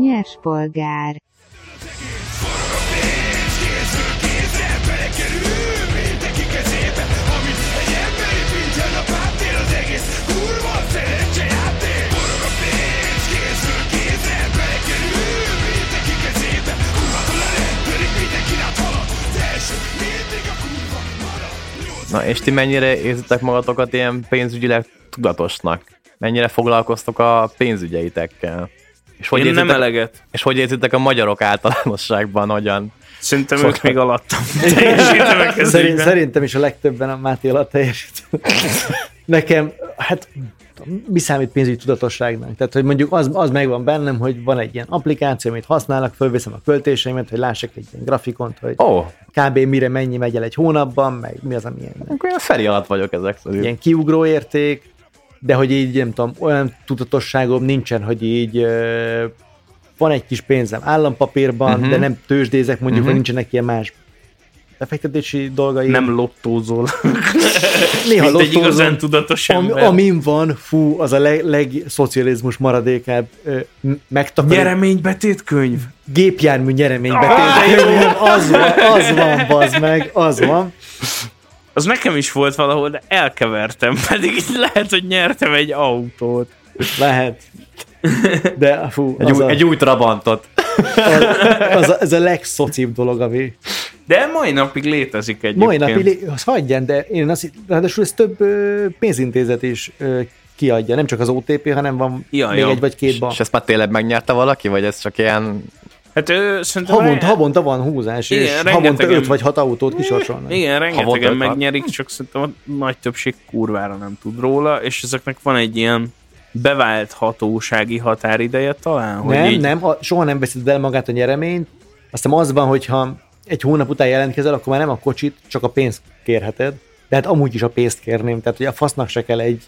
Nyerspolgár. Na, és ti mennyire érzitek magatokat ilyen pénzügyileg tudatosnak? Mennyire foglalkoztok a pénzügyeitekkel? És hogy én nem eleget. És hogy érzitek a magyarok általánosságban, hogyan? Szerintem ők még alattam. Szerintem is a legtöbben a Máté alatt teljesít. Nekem, hát mi számít pénzügyi tudatosságnak? Tehát, hogy mondjuk az megvan bennem, hogy van egy ilyen applikáció, amit használok, fölveszem a költéseimet, hogy lássak egy ilyen grafikont, hogy kb. Mire mennyi megy el egy hónapban, meg mi az, ami ilyen. Akkor én a Feri alatt vagyok ezek szerint. Ilyen kiugró érték, de hogy így nem tudom, olyan tudatosságom nincsen, hogy így van egy kis pénzem állampapírban, de nem tőzsdézek, mondjuk, hogy nincsenek ilyen más befektetési dolgai. Nem lottózol. Néha mint egy igazán tudatos ember. Amin van, az a legszocializmus maradékább megtakarít. Nyereménybetétkönyv. Gépjármű nyereménybetétkönyv. Az van, bazd meg, az van. Az nekem is volt valahol, de elkevertem, pedig lehet, hogy nyertem egy autót. Lehet. De egy új Trabantot. Ez a legszocibb dolog, ami... De mai napig létezik egyébként. Mai napig azt hagyján, de én ráadásul ez több pénzintézet is kiadja, nem csak az OTP, hanem van még egy vagy két bank. És ezt már tényleg megnyerte valaki, vagy ez csak ilyen... Hát szerintem... Havonta van húzás, igen, és havonta 5 vagy 6 autót kisorsolnak. Igen, rengetegen megnyerik, csak szerintem a nagy többség kurvára nem tud róla, és ezeknek van egy ilyen bevált hatósági határideje talán? Hogy soha nem veszed el magát a nyereményt. Aztán az van, hogyha egy hónap után jelentkezel, akkor már nem a kocsit, csak a pénzt kérheted. De hát amúgy is a pénzt kérném, tehát hogy a fasznak se kell egy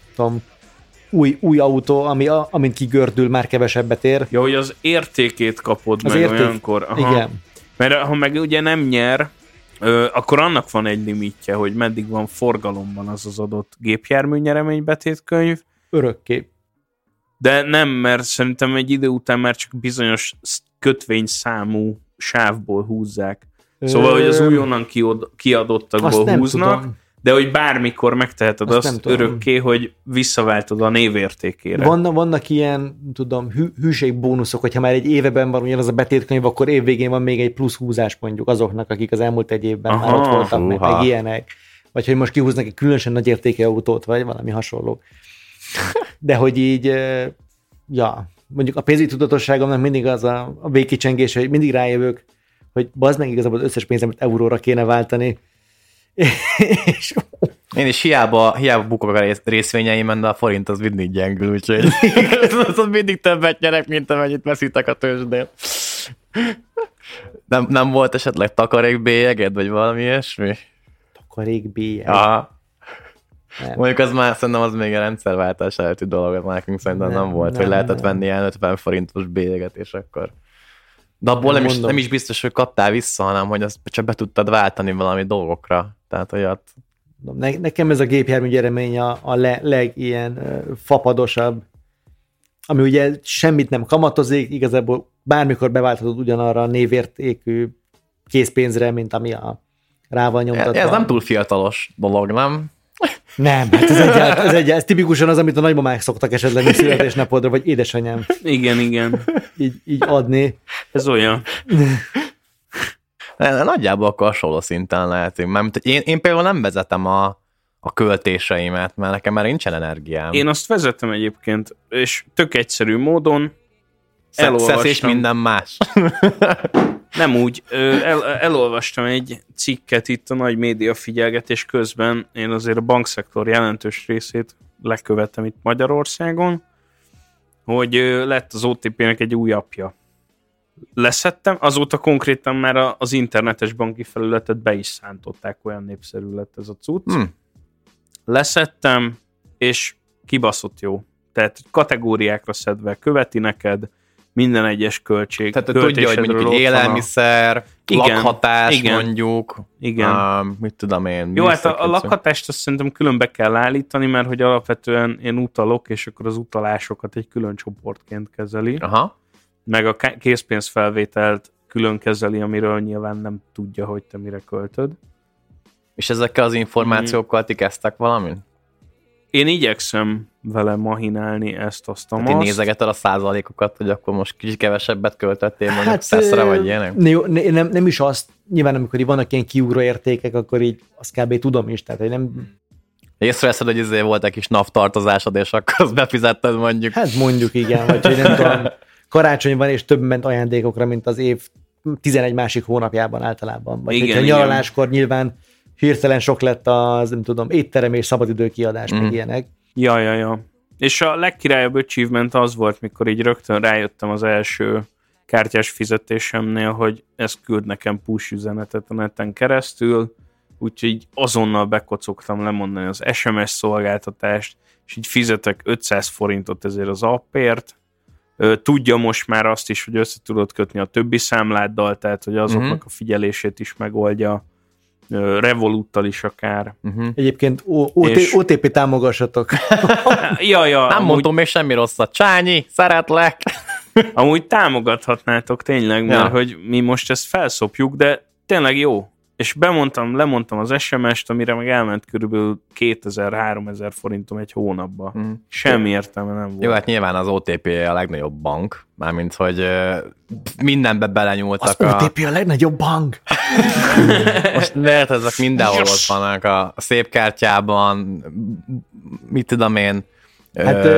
új autó, amint kigördül, már kevesebbet ér. Ja, hogy az értékét kapod az meg olyankor. Aha. Igen. Mert ha meg ugye nem nyer, akkor annak van egy limitje, hogy meddig van forgalomban az adott gépjármű nyereménybetétkönyv. Örökké. De nem, mert szerintem egy idő után már csak bizonyos kötvényszámú sávból húzzák. Szóval, hogy az újonnan kiadottakból húznak, de hogy bármikor megteheted azt örökké, hogy visszaváltod a névértékére. Vannak ilyen, hűségbónuszok, hogyha már egy éveben van ugyanaz a betétkönyv, akkor évvégén van még egy plusz húzás mondjuk azoknak, akik az elmúlt egy évben már ott voltak, meg ilyenek. Vagy hogy most kihúznak egy különösen nagy értékű autót, vagy valami hasonló. De hogy így, mondjuk a pénzügyi tudatosságomnak mindig az a végkicsengés, hogy mindig rájövök, hogy bazd meg igazából az összes pénzemet euróra kéne váltani. Én is hiába bukok a részvényeimen, de a forint az mindig gyengül, úgyhogy az mindig többet nyerek, mint amennyit veszítek a tőzsdén. Nem volt esetleg takarékbélyeged, vagy valami ilyesmi? Takarékbélyeg? Aha. Mondjuk az már szerintem az még a rendszerváltás előtti dolog, az nekünk szerintem nem volt, hogy lehetett venni ilyen 50 forintos bélyeget, és akkor... De abból nem is biztos, hogy kaptál vissza, hanem hogy azt csak be tudtad váltani valami dolgokra. Tehát olyat... Nekem ez a gépjármű nyeremény a legilyen fapadosabb, ami ugye semmit nem kamatozik, igazából bármikor beválthatod ugyanarra a névértékű készpénzre, mint ami rá van nyomtatva. Ez nem túl fiatalos dolog, nem? Nem, hát ez tipikusan az, amit a nagymamák szoktak esetleg születésnapodra, vagy édesanyám. Igen. Így adni. Ez olyan. Nagyjából akkor hasonló szinten lehet. Mert én például nem vezetem a költéseimet, mert nekem már nincsen energiám. Én azt vezetem egyébként, és tök egyszerű módon elolvastam. Szesz és minden más. Nem úgy. Elolvastam egy cikket itt a nagy média figyelgetés közben. Én azért a bankszektor jelentős részét lekövettem itt Magyarországon, hogy lett az OTP-nek egy új appja. Leszettem, azóta konkrétan már az internetes banki felületet be is szántották, olyan népszerű lett ez a cucc. Leszettem, és kibaszott jó. Tehát kategóriákra szedve követi neked minden egyes költség. Tehát tudja, hogy mondjuk egy élelmiszer, lakhatás mondjuk. Igen. Mit tudom én. Jó, hát a lakhatást azt szerintem külön be kell állítani, mert hogy alapvetően én utalok, és akkor az utalásokat egy külön csoportként kezeli. Aha. meg a készpénzfelvételt külön kezeli, amiről nyilván nem tudja, hogy te mire költöd. És ezekkel az információkkal ti kezdtek valamin? Én igyekszem vele mahinálni ezt-azt a maszt. Ti nézegeted a százalékokat, hogy akkor most kicsit kevesebbet költöttél mondjuk szeszre, vagy ilyenek? Nem is azt, nyilván amikor vannak ilyen kiugró értékek, akkor így azt kb. Tudom is, tehát hogy nem... Észreveszed, hogy ezért volt egy kis naptartozásod, és akkor azt befizetted mondjuk. Hát mondjuk igen, vagy hogy nem tudom, karácsony van, és több ment ajándékokra, mint az év 11 másik hónapjában általában. Vagy igen, nyaraláskor nyilván hirtelen sok lett az, nem tudom, étterem és szabadidő kiadás, meg ilyenek. Ja. És a legkirályabb achievement az volt, mikor így rögtön rájöttem az első kártyás fizetésemnél, hogy ez küld nekem push üzenetet a neten keresztül, úgyhogy azonnal bekocogtam lemondani az SMS szolgáltatást, és így fizetek 500 forintot ezért az appért. Tudja most már azt is, hogy össze tudod kötni a többi számláddal, tehát hogy azoknak a figyelését is megoldja, Revoluttal is akár. Egyébként OTP támogassatok. Ja. Nem mondom még semmi rosszat. Csányi, szeretlek. Amúgy támogathatnátok tényleg, mert hogy mi most ezt felszopjuk, de tényleg jó. És lemondtam az SMS-t, amire meg elment körülbelül 2000-3000 forintom egy hónapba. Semmi értelme nem volt. Jó, hát nyilván az OTP a legnagyobb bank, mármint, hogy mindenbe belenyúltak. Az OTP a legnagyobb bank? Most lehet, ezek mindenhol ott vannak a szép kártyában, mit tudom én. Hát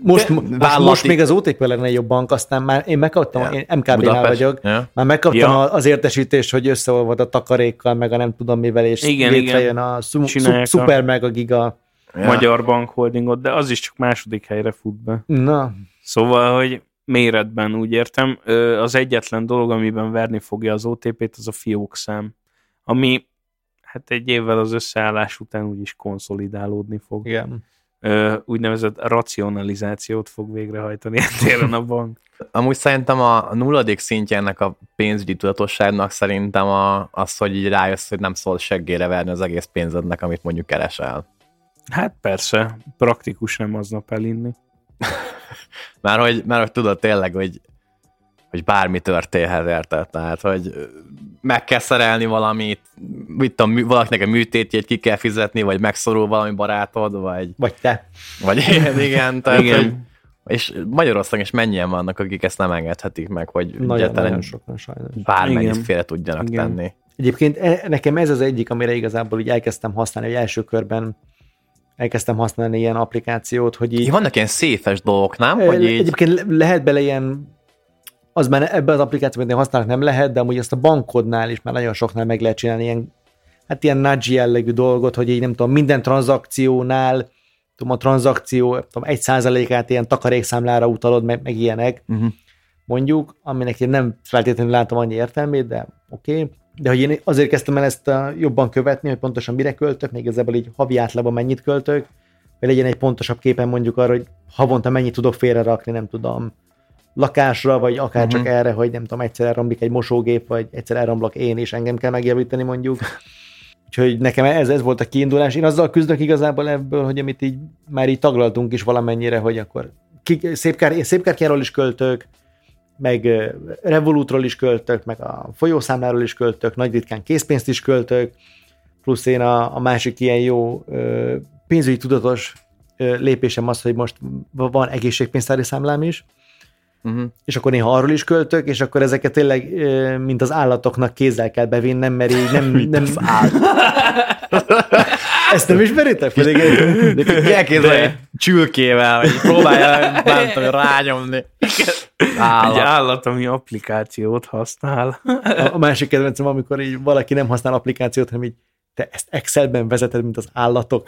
most még az OTP a legnagyobb bank, aztán már én megkaptam, én MKB-nál vagyok, már megkaptam az értesítést, hogy összeolvad a takarékkal, meg a nem tudom mivel, és létrejön a szuper mega giga Magyar Bank Holdingot, de az is csak második helyre fut be. Na. Szóval, hogy méretben úgy értem, az egyetlen dolog, amiben verni fogja az OTP-t, az a fiókszám, ami hát egy évvel az összeállás után úgyis konszolidálódni fog. Igen. Úgynevezett racionalizációt fog végrehajtani téren a bank. Amúgy szerintem a nulladik szintje ennek a pénzügyi tudatosságnak szerintem az, hogy így rájössz, hogy nem szól seggére verni az egész pénzednek, amit mondjuk keresel. Hát persze, praktikus nem aznap elinni. Már hogy tudod tényleg, hogy bármi történhet, érted? Tehát, hogy meg kell szerelni valamit, mit tudom, valakinek a műtétjét ki kell fizetni, vagy megszorul valami barátod, vagy te. Vagy igen. Tehát, igen. És Magyarországon is mennyien vannak, akik ezt nem engedhetik meg, hogy nagyon sokan sajnos. Bármennyit félre tudjanak tenni. Egyébként nekem ez az egyik, amire igazából így elkezdtem használni, hogy első körben elkezdtem használni ilyen applikációt, hogy így... Vannak ilyen széfes dolgok, nem? Hogy így... Egyébként lehet bele ilyen, az már ebben az applikációban én használok nem lehet, de amúgy ezt a bankodnál is már nagyon soknál meg lehet csinálni ilyen nudge jellegű dolgot, hogy így nem tudom, minden tranzakciónál a tranzakció 1%-át ilyen takarékszámlára utalod, meg ilyenek, mondjuk, aminek én nem feltétlenül látom annyi értelmét, de oké. De hogy én azért kezdtem el ezt jobban követni, hogy pontosan mire költök, még igazából így havi átlagban mennyit költök, hogy legyen egy pontosabb képen mondjuk arra, hogy havonta mennyit tudok félrerakni, nem tudom, lakásra, vagy akár csak erre, hogy nem tudom, egyszer elromlik egy mosógép, vagy egyszer elromlok én, és engem kell megjavítani mondjuk. Úgyhogy nekem ez volt a kiindulás. Én azzal küzdök igazából ebből, hogy amit így már így taglaltunk is valamennyire, hogy akkor szép kártyáról is költök, meg Revolutról is költök, meg a folyószámláról is költök, nagy ritkán készpénzt is költök, plusz én a másik ilyen jó pénzügyi tudatos lépésem az, hogy most van egészségpénztári számlám is, és akkor néha arról is költök, és akkor ezeket tényleg, mint az állatoknak kézzel kell bevinnem, mert így nem Ezt nem ismeritek? Pedig elképzelni csülkével, hogy próbálja, nem tudom, rányomni. Egy állat, ami applikációt használ. A másik kedvencem, amikor így valaki nem használ applikációt, hanem így te ezt Excelben vezeted, mint az állatok.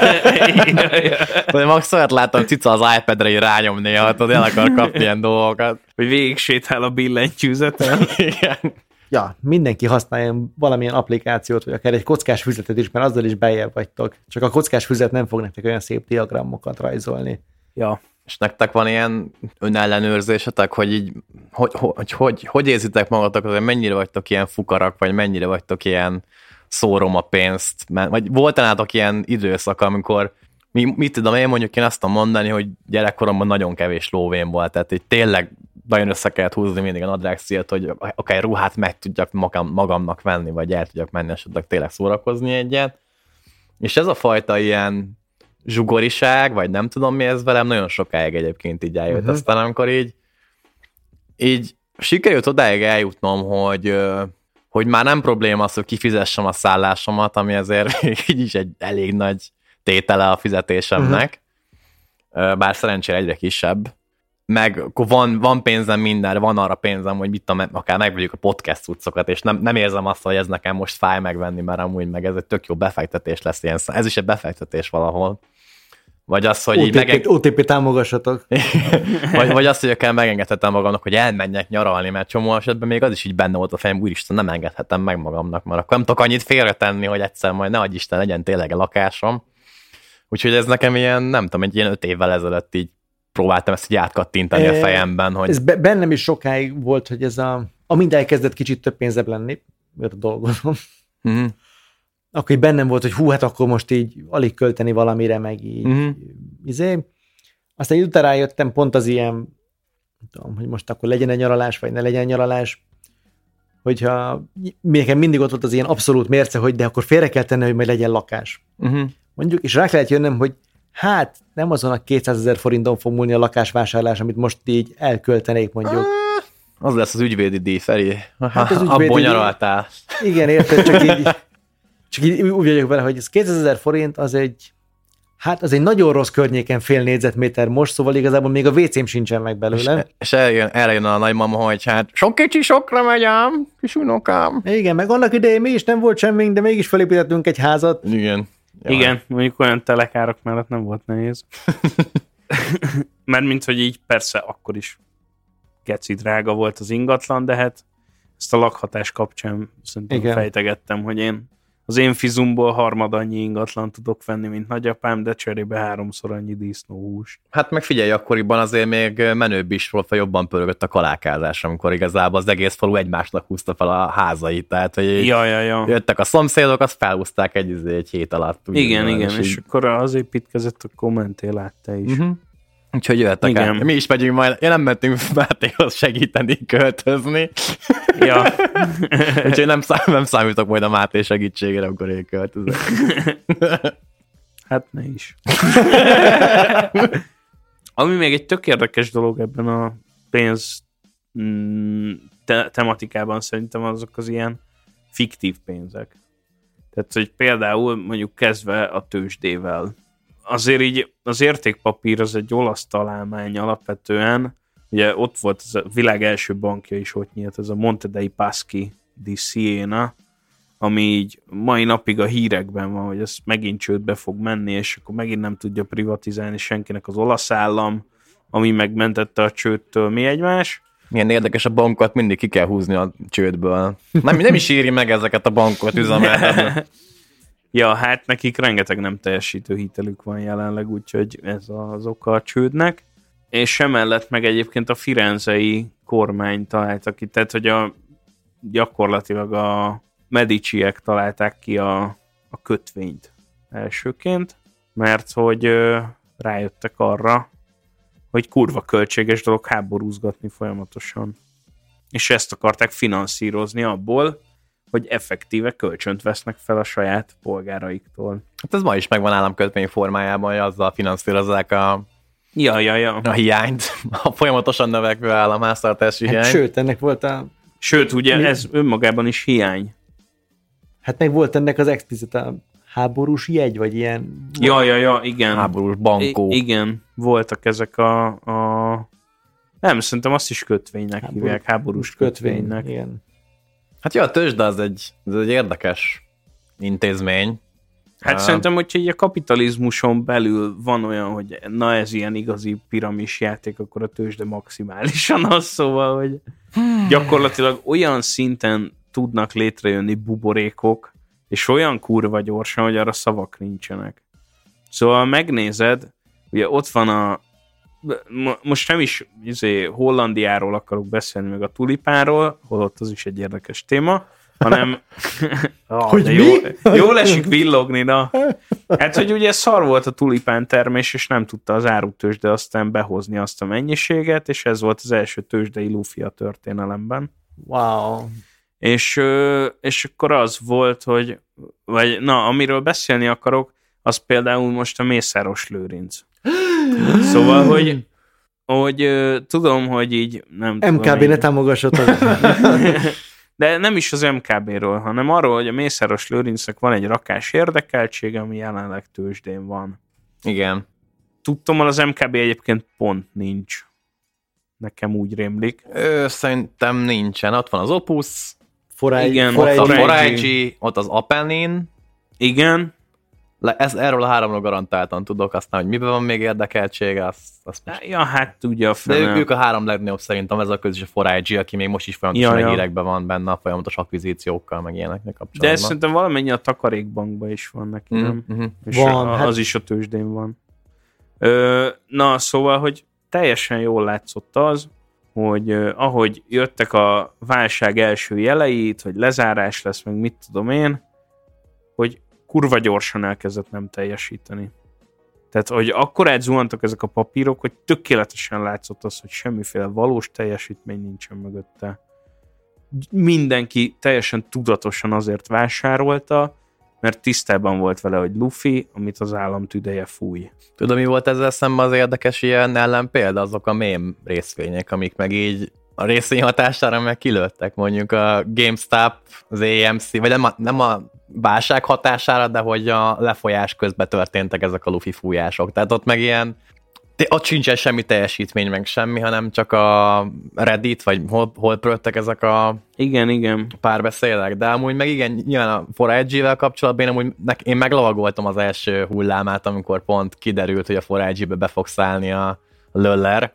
De max olyat láttam, cica az iPad-re így rányomni, hogy el akar kapni ilyen dolgokat. Hogy végig sétál a billentyűzeten. Igen. Ja, mindenki használja valamilyen applikációt, vagy akár egy kockás füzetet is, mert azzal is beljebb vagytok. Csak a kockás füzet nem fog nektek olyan szép diagramokat rajzolni. Ja. És nektek van ilyen önellenőrzésetek, hogy így, hogy érzitek magatokat, hogy mennyire vagytok ilyen fukarak, vagy mennyire vagytok ilyen szórom a pénzt? Vagy volt nálatok ilyen időszak, amikor mit tudom én mondjuk én azt tudom mondani, hogy gyerekkoromban nagyon kevés lóvém volt, tehát így tényleg nagyon össze kellett húzni mindig a nadrágszíjat, hogy akár ruhát meg tudjak magamnak venni, vagy el tudjak menni esetleg tényleg szórakozni egyet. És ez a fajta ilyen zsugoriság, vagy nem tudom mi ez velem, nagyon sokáig egyébként így eljött. Aztán amikor így sikerült odáig eljutnom, hogy már nem probléma az, hogy kifizessem a szállásomat, ami azért így is egy elég nagy tétele a fizetésemnek, bár szerencsére egyre kisebb. Meg akkor van pénzem mindenre, van arra pénzem, hogy mit tudom, akár megvegyük a podcast cuccokat, és nem érzem azt, hogy ez nekem most fáj megvenni, mert amúgy meg ez egy tök jó befektetés lesz ilyen. Ez is egy befektetés valahol. Vagy az, hogy OTP támogassatok. vagy azt, hogy akár megengedhetem magamnak, hogy elmenjek nyaralni, mert csomó esetben még az is így benne volt a fejem, úristen, nem engedhetem meg magamnak, mert akkor nem tudok annyit félretenni, hogy egyszer majd ne adj Isten, legyen tényleg a lakásom. Úgyhogy ez nekem ilyen, nem tudom, egy ilyen 5 évvel ezelőtt így próbáltam ezt így átkattintani a fejemben. Hogy... Ez bennem is sokáig volt, hogy ez amint elkezdett kicsit több pénzebb lenni, mert dolgozom, akkor így bennem volt, hogy hát akkor most így alig költeni valamire, meg így Aztán így utána rájöttem pont az ilyen, nem tudom, hogy most akkor legyen egy nyaralás, vagy ne legyen nyaralás, hogyha nekem mindig ott volt az ilyen abszolút mérce, hogy de akkor félre kell tenni, hogy majd legyen lakás. Mondjuk, és rá lehet jönnöm, hogy hát nem azon a 200 000 forinton fog múlni a lakásvásárlás, amit most így elköltenék mondjuk. Az lesz az ügyvédi díj, Feri. Hát abból nyaraltál. Igen, érted, csak így úgy vagyok vele, hogy ez 200 000 forint az egy nagyon rossz környéken fél négyzetméter most, szóval igazából még a WC-m sincsen meg belőle. És eljön a nagymama, hogy hát sok kicsi sokra megy ám, kis unokám. Igen, meg annak idején mi is nem volt semmink, de mégis felépítettünk egy házat. Igen. Jaj. Igen, mondjuk olyan telekárak mellett nem volt nehéz. Mert mint hogy így persze akkor is geci drága volt az ingatlan, de hát ezt a lakhatás kapcsán szerintem fejtegettem, hogy az én fizumból harmad annyi ingatlan tudok venni, mint nagyapám, de cserébe 3-szor annyi disznóhúst. Hát meg figyelj, akkoriban azért még menőbb is volt, vagy jobban pörögött a kalákázás, amikor igazából az egész falu egymásnak húzta fel a házait, tehát hogy jöttek a szomszédok, azt felhúzták egy hét alatt. Igen, és akkor az építkezett, akkor mentél át te is. Úgyhogy jöttek el. Mi is megyünk majd, nem mentünk Mátéhoz segíteni, költözni. Ja. Úgyhogy nem számítok majd a Máté segítségére, amikor én költözök. Hát ne is. Ami még egy tök érdekes dolog ebben a pénz tematikában szerintem azok az ilyen fiktív pénzek. Tehát, hogy például mondjuk kezdve a tőzsdével. Azért így az értékpapír az egy olasz találmány alapvetően. Ugye ott volt a világ első bankja is ott nyílt, ez a Monte dei Paschi di Siena, ami így mai napig a hírekben van, hogy ez megint csődbe fog menni, és akkor megint nem tudja privatizálni senkinek az olasz állam, ami megmentette a csődtől mi egymás. Milyen érdekes, a bankokat mindig ki kell húzni a csődből. Nem is éri meg ezeket a bankokat üzemeltetni. Ja, hát nekik rengeteg nem teljesítő hitelük van jelenleg, úgyhogy ez az oka a csődnek. És emellett meg egyébként a firenzei kormány találta ki, tehát hogy gyakorlatilag a Mediciek találták ki a kötvényt elsőként, mert hogy rájöttek arra, hogy kurva költséges dolog háborúzgatni folyamatosan. És ezt akarták finanszírozni abból, hogy effektíve kölcsönt vesznek fel a saját polgáraiktól. Hát ez ma is megvan államkötvény formájában, hogy azzal finanszírozzák a hiányt, a folyamatosan növekvő államháztartási hiány. Sőt, ennek volt Sőt, ugye ez önmagában is hiány. Hát meg volt ennek az explicit háborús jegy, vagy ilyen... Ja, igen. Háborús bankó. Igen, voltak ezek nem, szerintem azt is kötvénynek hívják, háborús kötvénynek. Igen. Hát jó, a tőzsde az egy érdekes intézmény. Hát szerintem, hogyha így a kapitalizmuson belül van olyan, hogy na ez ilyen igazi piramis játék, akkor a tőzsde maximálisan az, szóval, hogy gyakorlatilag olyan szinten tudnak létrejönni buborékok, és olyan kurva gyorsan, hogy arra szavak nincsenek. Szóval megnézed, ugye ott van most nem is Hollandiáról akarok beszélni, meg a tulipánról, holott az is egy érdekes téma, hanem hogy mi? Jól esik villogni, na. Hát, hogy ugye szar volt a tulipán termés, és nem tudta az árutőzsde aztán behozni azt a mennyiséget, és ez volt az első tőzsdei lufi a történelemben. Wow. És akkor az volt, hogy amiről beszélni akarok, az például most a Mészáros Lőrinc. Szóval, hogy tudom, hogy így nem MKB tudom, ne támogassatok. De nem is az MKB-ről, hanem arról, hogy a Mészáros Lőrincnek van egy rakás érdekeltsége, ami jelenleg tőzsdén van. Igen. Tudtommal az MKB egyébként pont nincs. Nekem úgy rémlik. Szerintem nincsen. Ott van az Opus, igen, ott a Foragy, ott az Apennin. Igen. Erről a háromról garantáltan tudok, aztán, hogy miben van még érdekeltsége, azt ja, hát tudja a fene. De ők a három legnagyobb szerintem, ez a közös a Foragy, aki még most is folyamatosan a hírekben van benne, a folyamatos akvizíciókkal, meg ilyeneknek kapcsolatban. De szerintem valamennyi a takarékbankban is van neki, nem? És van, az is a tőzsdén van. Szóval, hogy teljesen jól látszott az, hogy ahogy jöttek a válság első jeleit, hogy lezárás lesz, meg mit tudom én, hogy kurva gyorsan elkezdett nem teljesíteni. Tehát, hogy akkorát zuhantak ezek a papírok, hogy tökéletesen látszott az, hogy semmiféle valós teljesítmény nincsen mögötte. Mindenki teljesen tudatosan azért vásárolta, mert tisztában volt vele, hogy lufi, amit az állam tüdeje fúj. Tudom, mi volt ezzel szemben az érdekes ilyen ellenpélda? Azok a mém részvények, amik meg így a részvény hatására meg kilőttek, mondjuk a GameStop, az AMC, vagy nem a válság hatására, de hogy a lefolyás közben történtek ezek a lufi fújások. Tehát ott meg ilyen, ott sincsen semmi teljesítmény, meg semmi, hanem csak a Reddit, vagy hol pröttek ezek a igen. párbeszédek. De amúgy meg igen, nyilván a Foragy-vel kapcsolatban én meglovagoltam az első hullámát, amikor pont kiderült, hogy a Foragy-be be fog szállni a Löller.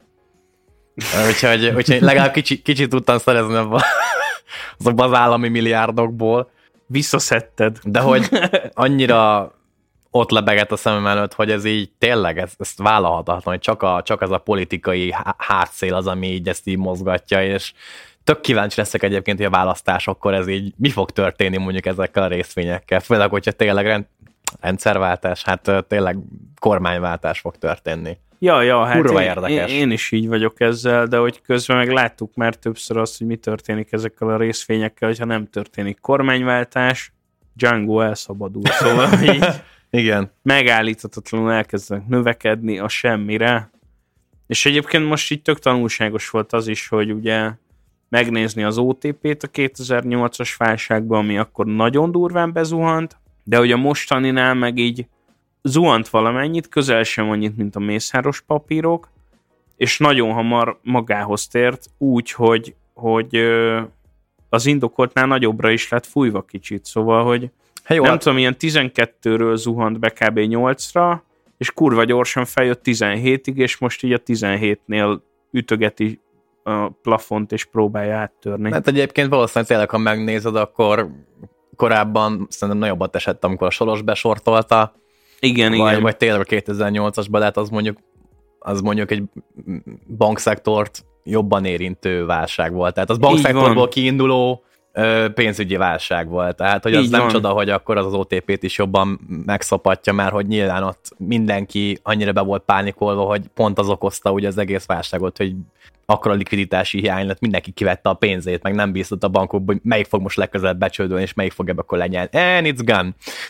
Úgyhogy legalább kicsit tudtam szerezni azokban az állami milliárdokból. Visszaszedted. De hogy annyira ott lebegett a szemem előtt, hogy ez így tényleg, ezt vállalhatatlan, hogy csak az a politikai hátszél az, ami így ezt így mozgatja, és tök kíváncsi leszek egyébként, hogy a választásokkor ez így mi fog történni mondjuk ezekkel a részvényekkel, főleg, hogyha tényleg rendszerváltás, hát tényleg kormányváltás fog történni. Ja, hát érdekes. Én is így vagyok ezzel, de hogy közben meg láttuk már többször azt, hogy mi történik ezekkel a részvényekkel, hogyha nem történik kormányváltás, Django elszabadul, szóval így igen. Megállíthatatlanul elkezdenek növekedni a semmire. És egyébként most így tök tanulságos volt az is, hogy ugye megnézni az OTP-t a 2008-as válságban, ami akkor nagyon durván bezuhant, de hogy a mostaninál meg így zuhant valamennyit, közel sem annyit, mint a mészáros papírok, és nagyon hamar magához tért úgy, hogy az indokoltnál nagyobbra is lett fújva kicsit, szóval, hogy nem tudom, ilyen 12-ről zuhant be kb. 8-ra, és kurva gyorsan feljött 17-ig, és most így a 17-nél ütögeti a plafont, és próbálja áttörni. Hát egyébként valószínűleg tényleg, ha megnézed, akkor korábban szerintem nagyobbat esett, amikor a Soros besortolta. Igen. Vagy tényleg a 2008-asban lehet az mondjuk egy bankszektort jobban érintő válság volt. Tehát az bankszektorból kiinduló pénzügyi válság volt. Tehát, hogy az nem csoda, hogy akkor az OTP-t is jobban megszopatja, mert hogy nyilván ott mindenki annyira be volt pánikolva, hogy pont az okozta ugye az egész válságot, hogy akkor a likviditási hiány lett, mindenki kivette a pénzét, meg nem bízott a bankokba, hogy melyik fog most legközelebb becsődölni, és melyik fog ebből lenyelni. And it's gone.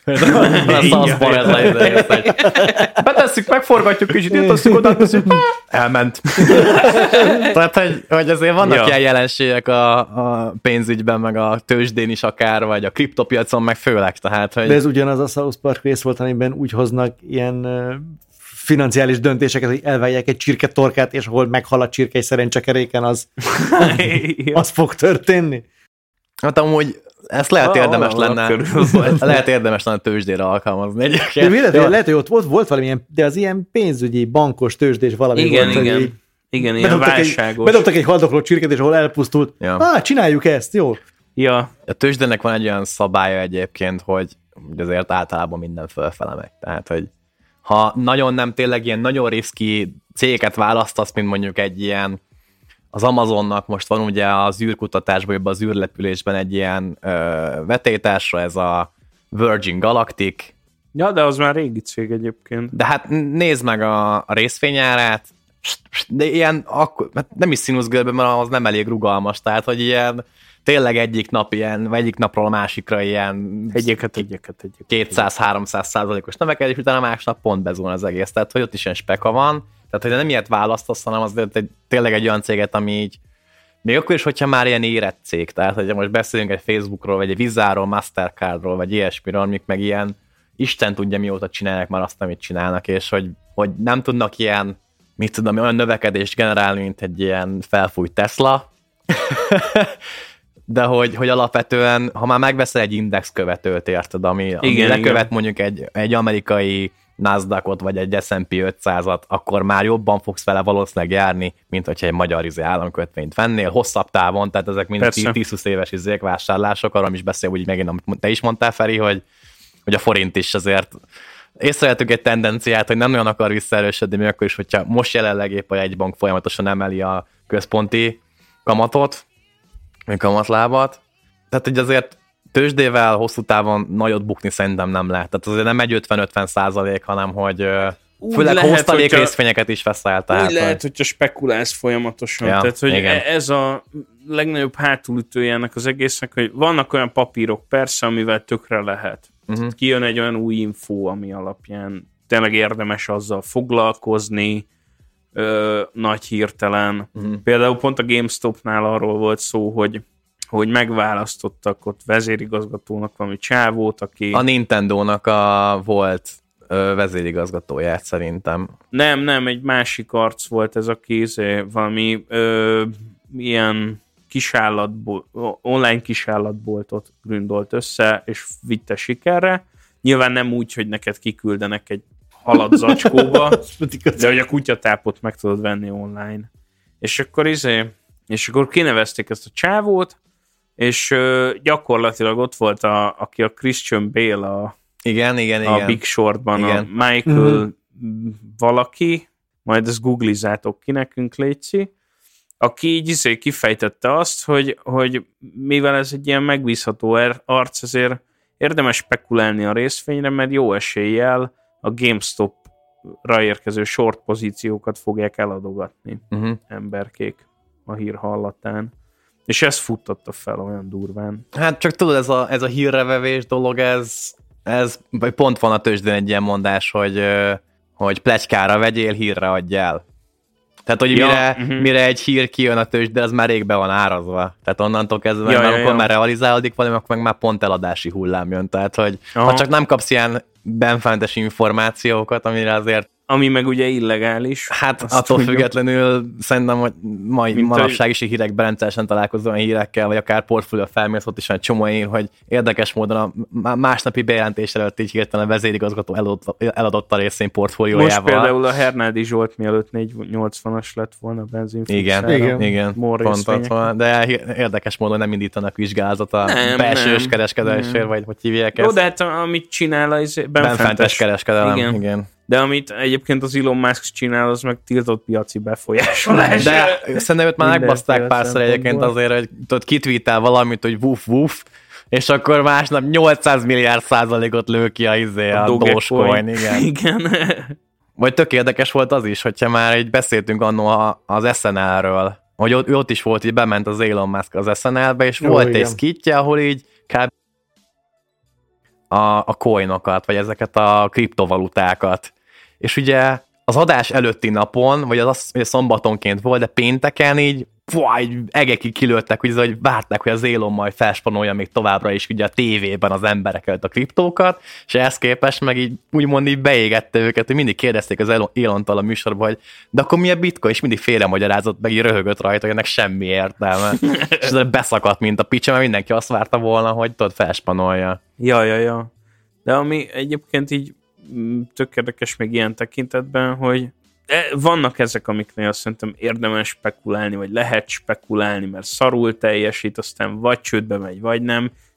Betesszük, megforgatjuk kicsit, írtasztuk oda, elment. Tehát, hogy azért vannak ilyen jelenségek a pénzügyben, meg a tőzsdén is akár, vagy a kriptopiacon, meg főleg. Tehát, hogy... De ez ugyanaz a South Park rész volt, amiben úgy hoznak ilyen financiális döntéseket, hogy elvágják egy csirketorkát, és ahol meghal a csirke egy szerencsekeréken, az fog történni. Hát amúgy ezt lehet érdemes lenne a tőzsdére alkalmazni egyébként. Lehet, hogy ott volt valamilyen, de az ilyen pénzügyi, bankos, tőzsdés valami igen, volt. Igen, ilyen válságos. Bedobtak egy haldokló csirket, és ahol elpusztult. Ja. Csináljuk ezt, jó? Ja. A tőzsdének van egy olyan szabálya egyébként, hogy azért általában minden fölfele megy. Tehát, hogy ha nagyon nem tényleg ilyen nagyon riszki cégeket választasz, mint mondjuk egy ilyen az Amazonnak most van ugye az űrkutatásban, az űrlepülésben egy ilyen vetétársa, ez a Virgin Galactic. Ja, de az már régi cég egyébként. De hát nézd meg a részvényárát, de ilyen, akkor, nem is színuszgörbe, mert az nem elég rugalmas, tehát, hogy ilyen tényleg egyik napról a másikra ilyen egyeket. 200-300%-os növekedés, utána másnap pont bezúl az egész, tehát, hogy ott is ilyen speka van, tehát, hogy nem ilyet választasz, hanem az tényleg egy olyan céget, ami így, még akkor is, hogyha már ilyen érett cég, tehát, hogy most beszélünk egy Facebookról, vagy egy Vizáról, Mastercardról, vagy ilyesmiről, amik meg ilyen, Isten tudja mióta csinálják már azt, amit csinálnak, és hogy nem tudnak ilyen, mit tudom, olyan növekedést generálni, mint egy ilyen felfújt Tesla, de hogy alapvetően, ha már megveszel egy index követőt, érted, ami lekövet mondjuk egy amerikai Nasdaqot, vagy egy S&P 500-at, akkor már jobban fogsz vele valószínűleg járni, mint hogyha egy magyar államkötvényt vennél, hosszabb távon, tehát ezek mind 10-20 éves vásárlások, arról is beszél, úgy megint, amit te is mondtál, Feri, hogy a forint is azért észrevettük egy tendenciát, hogy nem nagyon akar visszaerősödni, még akkor is, hogyha most jelenleg épp a jegybank folyamatosan emeli a központi kamatot, vagy kamatlábat. Tehát, hogy azért tőzsdével hosszú távon nagyot bukni szerintem nem lehet. Tehát azért nem egy 50-50%, hanem hogy főleg hoztalék részvényeket is veszel. Úgy lehet, hogyha spekulálsz folyamatosan. Ja, tehát, hogy ez a legnagyobb hátulütője ennek az egésznek, hogy vannak olyan papírok persze, amivel tökre lehet. Kijön egy olyan új infó, ami alapján tényleg érdemes azzal foglalkozni, nagy hirtelen. Például pont a GameStopnál arról volt szó, hogy megválasztottak ott vezérigazgatónak valami csávót, aki... A Nintendónak volt vezérigazgatóját szerintem. Nem, egy másik arc volt ez a kéz, valami ilyen online kisállatboltot gründolt össze, és vitte sikerre. Nyilván nem úgy, hogy neked kiküldenek egy halat zacskóba, de hogy a kutyatápot meg tudod venni online. És akkor kinevezték ezt a csávót, és gyakorlatilag ott volt aki a Christian Bale a Big Shortban, a Michael valaki, majd ezt googlizátok ki nekünk, létszi, aki így kifejtette azt, hogy mivel ez egy ilyen megbízható arc, ezért érdemes spekulálni a részvényre, mert jó eséllyel a GameStop-ra érkező short pozíciókat fogják eladogatni emberkék a hír hallatán. És ez futtatta fel olyan durván. Hát csak tudod, ez a hírrevevés dolog, ez pont van a tőzsdén egy ilyen mondás, hogy pletykára vegyél, hírre adjál. Tehát, hogy mire egy hír kijön a tőzsde, az már rég be van árazva. Tehát onnantól kezdve, amikor már realizálódik valami, akkor meg már pont eladási hullám jön. Tehát, hogy ha csak nem kapsz ilyen benfentes információkat, amire azért... Ami meg ugye illegális. Hát attól függetlenül szerintem, hogy manapság is hírekben rendszeresen találkozó olyan hírekkel, vagy akár portfólió felmész, ott is van egy csomó ír, hogy érdekes módon a másnapi bejelentés előtt így hirtelen a vezérigazgató eladott a részén portfóliójával. Most például a Hernádi Zsolt mielőtt 480-as lett volna a benzinfixára. Igen, pont ott van, de érdekes módon nem indítanak vizsgálatot a belsős kereskedésért, vagy hogy hívják ezt. Jó, de hát amit csinál, benfentes kereskedelem. Igen. De amit egyébként az Elon Musk csinál, az meg tiltott piaci befolyásolás. De szerintem őt már megbaszták párszor egyébként azért, hogy tudod, kitweetel valamit, hogy woof, és akkor másnap 800 milliárd százalékot lő ki a Dogecoin. Igen. Vagy tök érdekes volt az is, hogyha már így beszéltünk annó az SNL-ről, hogy ott is volt, így bement az Elon Musk az SNL-be, és volt egy skitje, ahol így a coinokat, vagy ezeket a kriptovalutákat. És ugye az adás előtti napon, vagy az szombatonként volt, de pénteken így egekig kilőttek, hogy várták, hogy az Elon majd felspanolja még továbbra is ugye a tévében az emberek előtt a kriptókat, és ehhez képest meg így úgymond így beégette őket, hogy mindig kérdezték az Elontól a műsorban, hogy de akkor mi a bitcoin, és mindig félremagyarázott, meg így röhögött rajta, hogy ennek semmi értelme. És ez beszakadt, mint a picsa, mert mindenki azt várta volna, hogy tudod, felspanolja. Ja. De ami egyébként így tök érdekes még ilyen tekintetben, hogy vannak ezek, amiknél azt szerintem érdemes spekulálni, vagy lehet spekulálni, mert szarul teljesít, aztán vagy csődbe megy, vagy nem.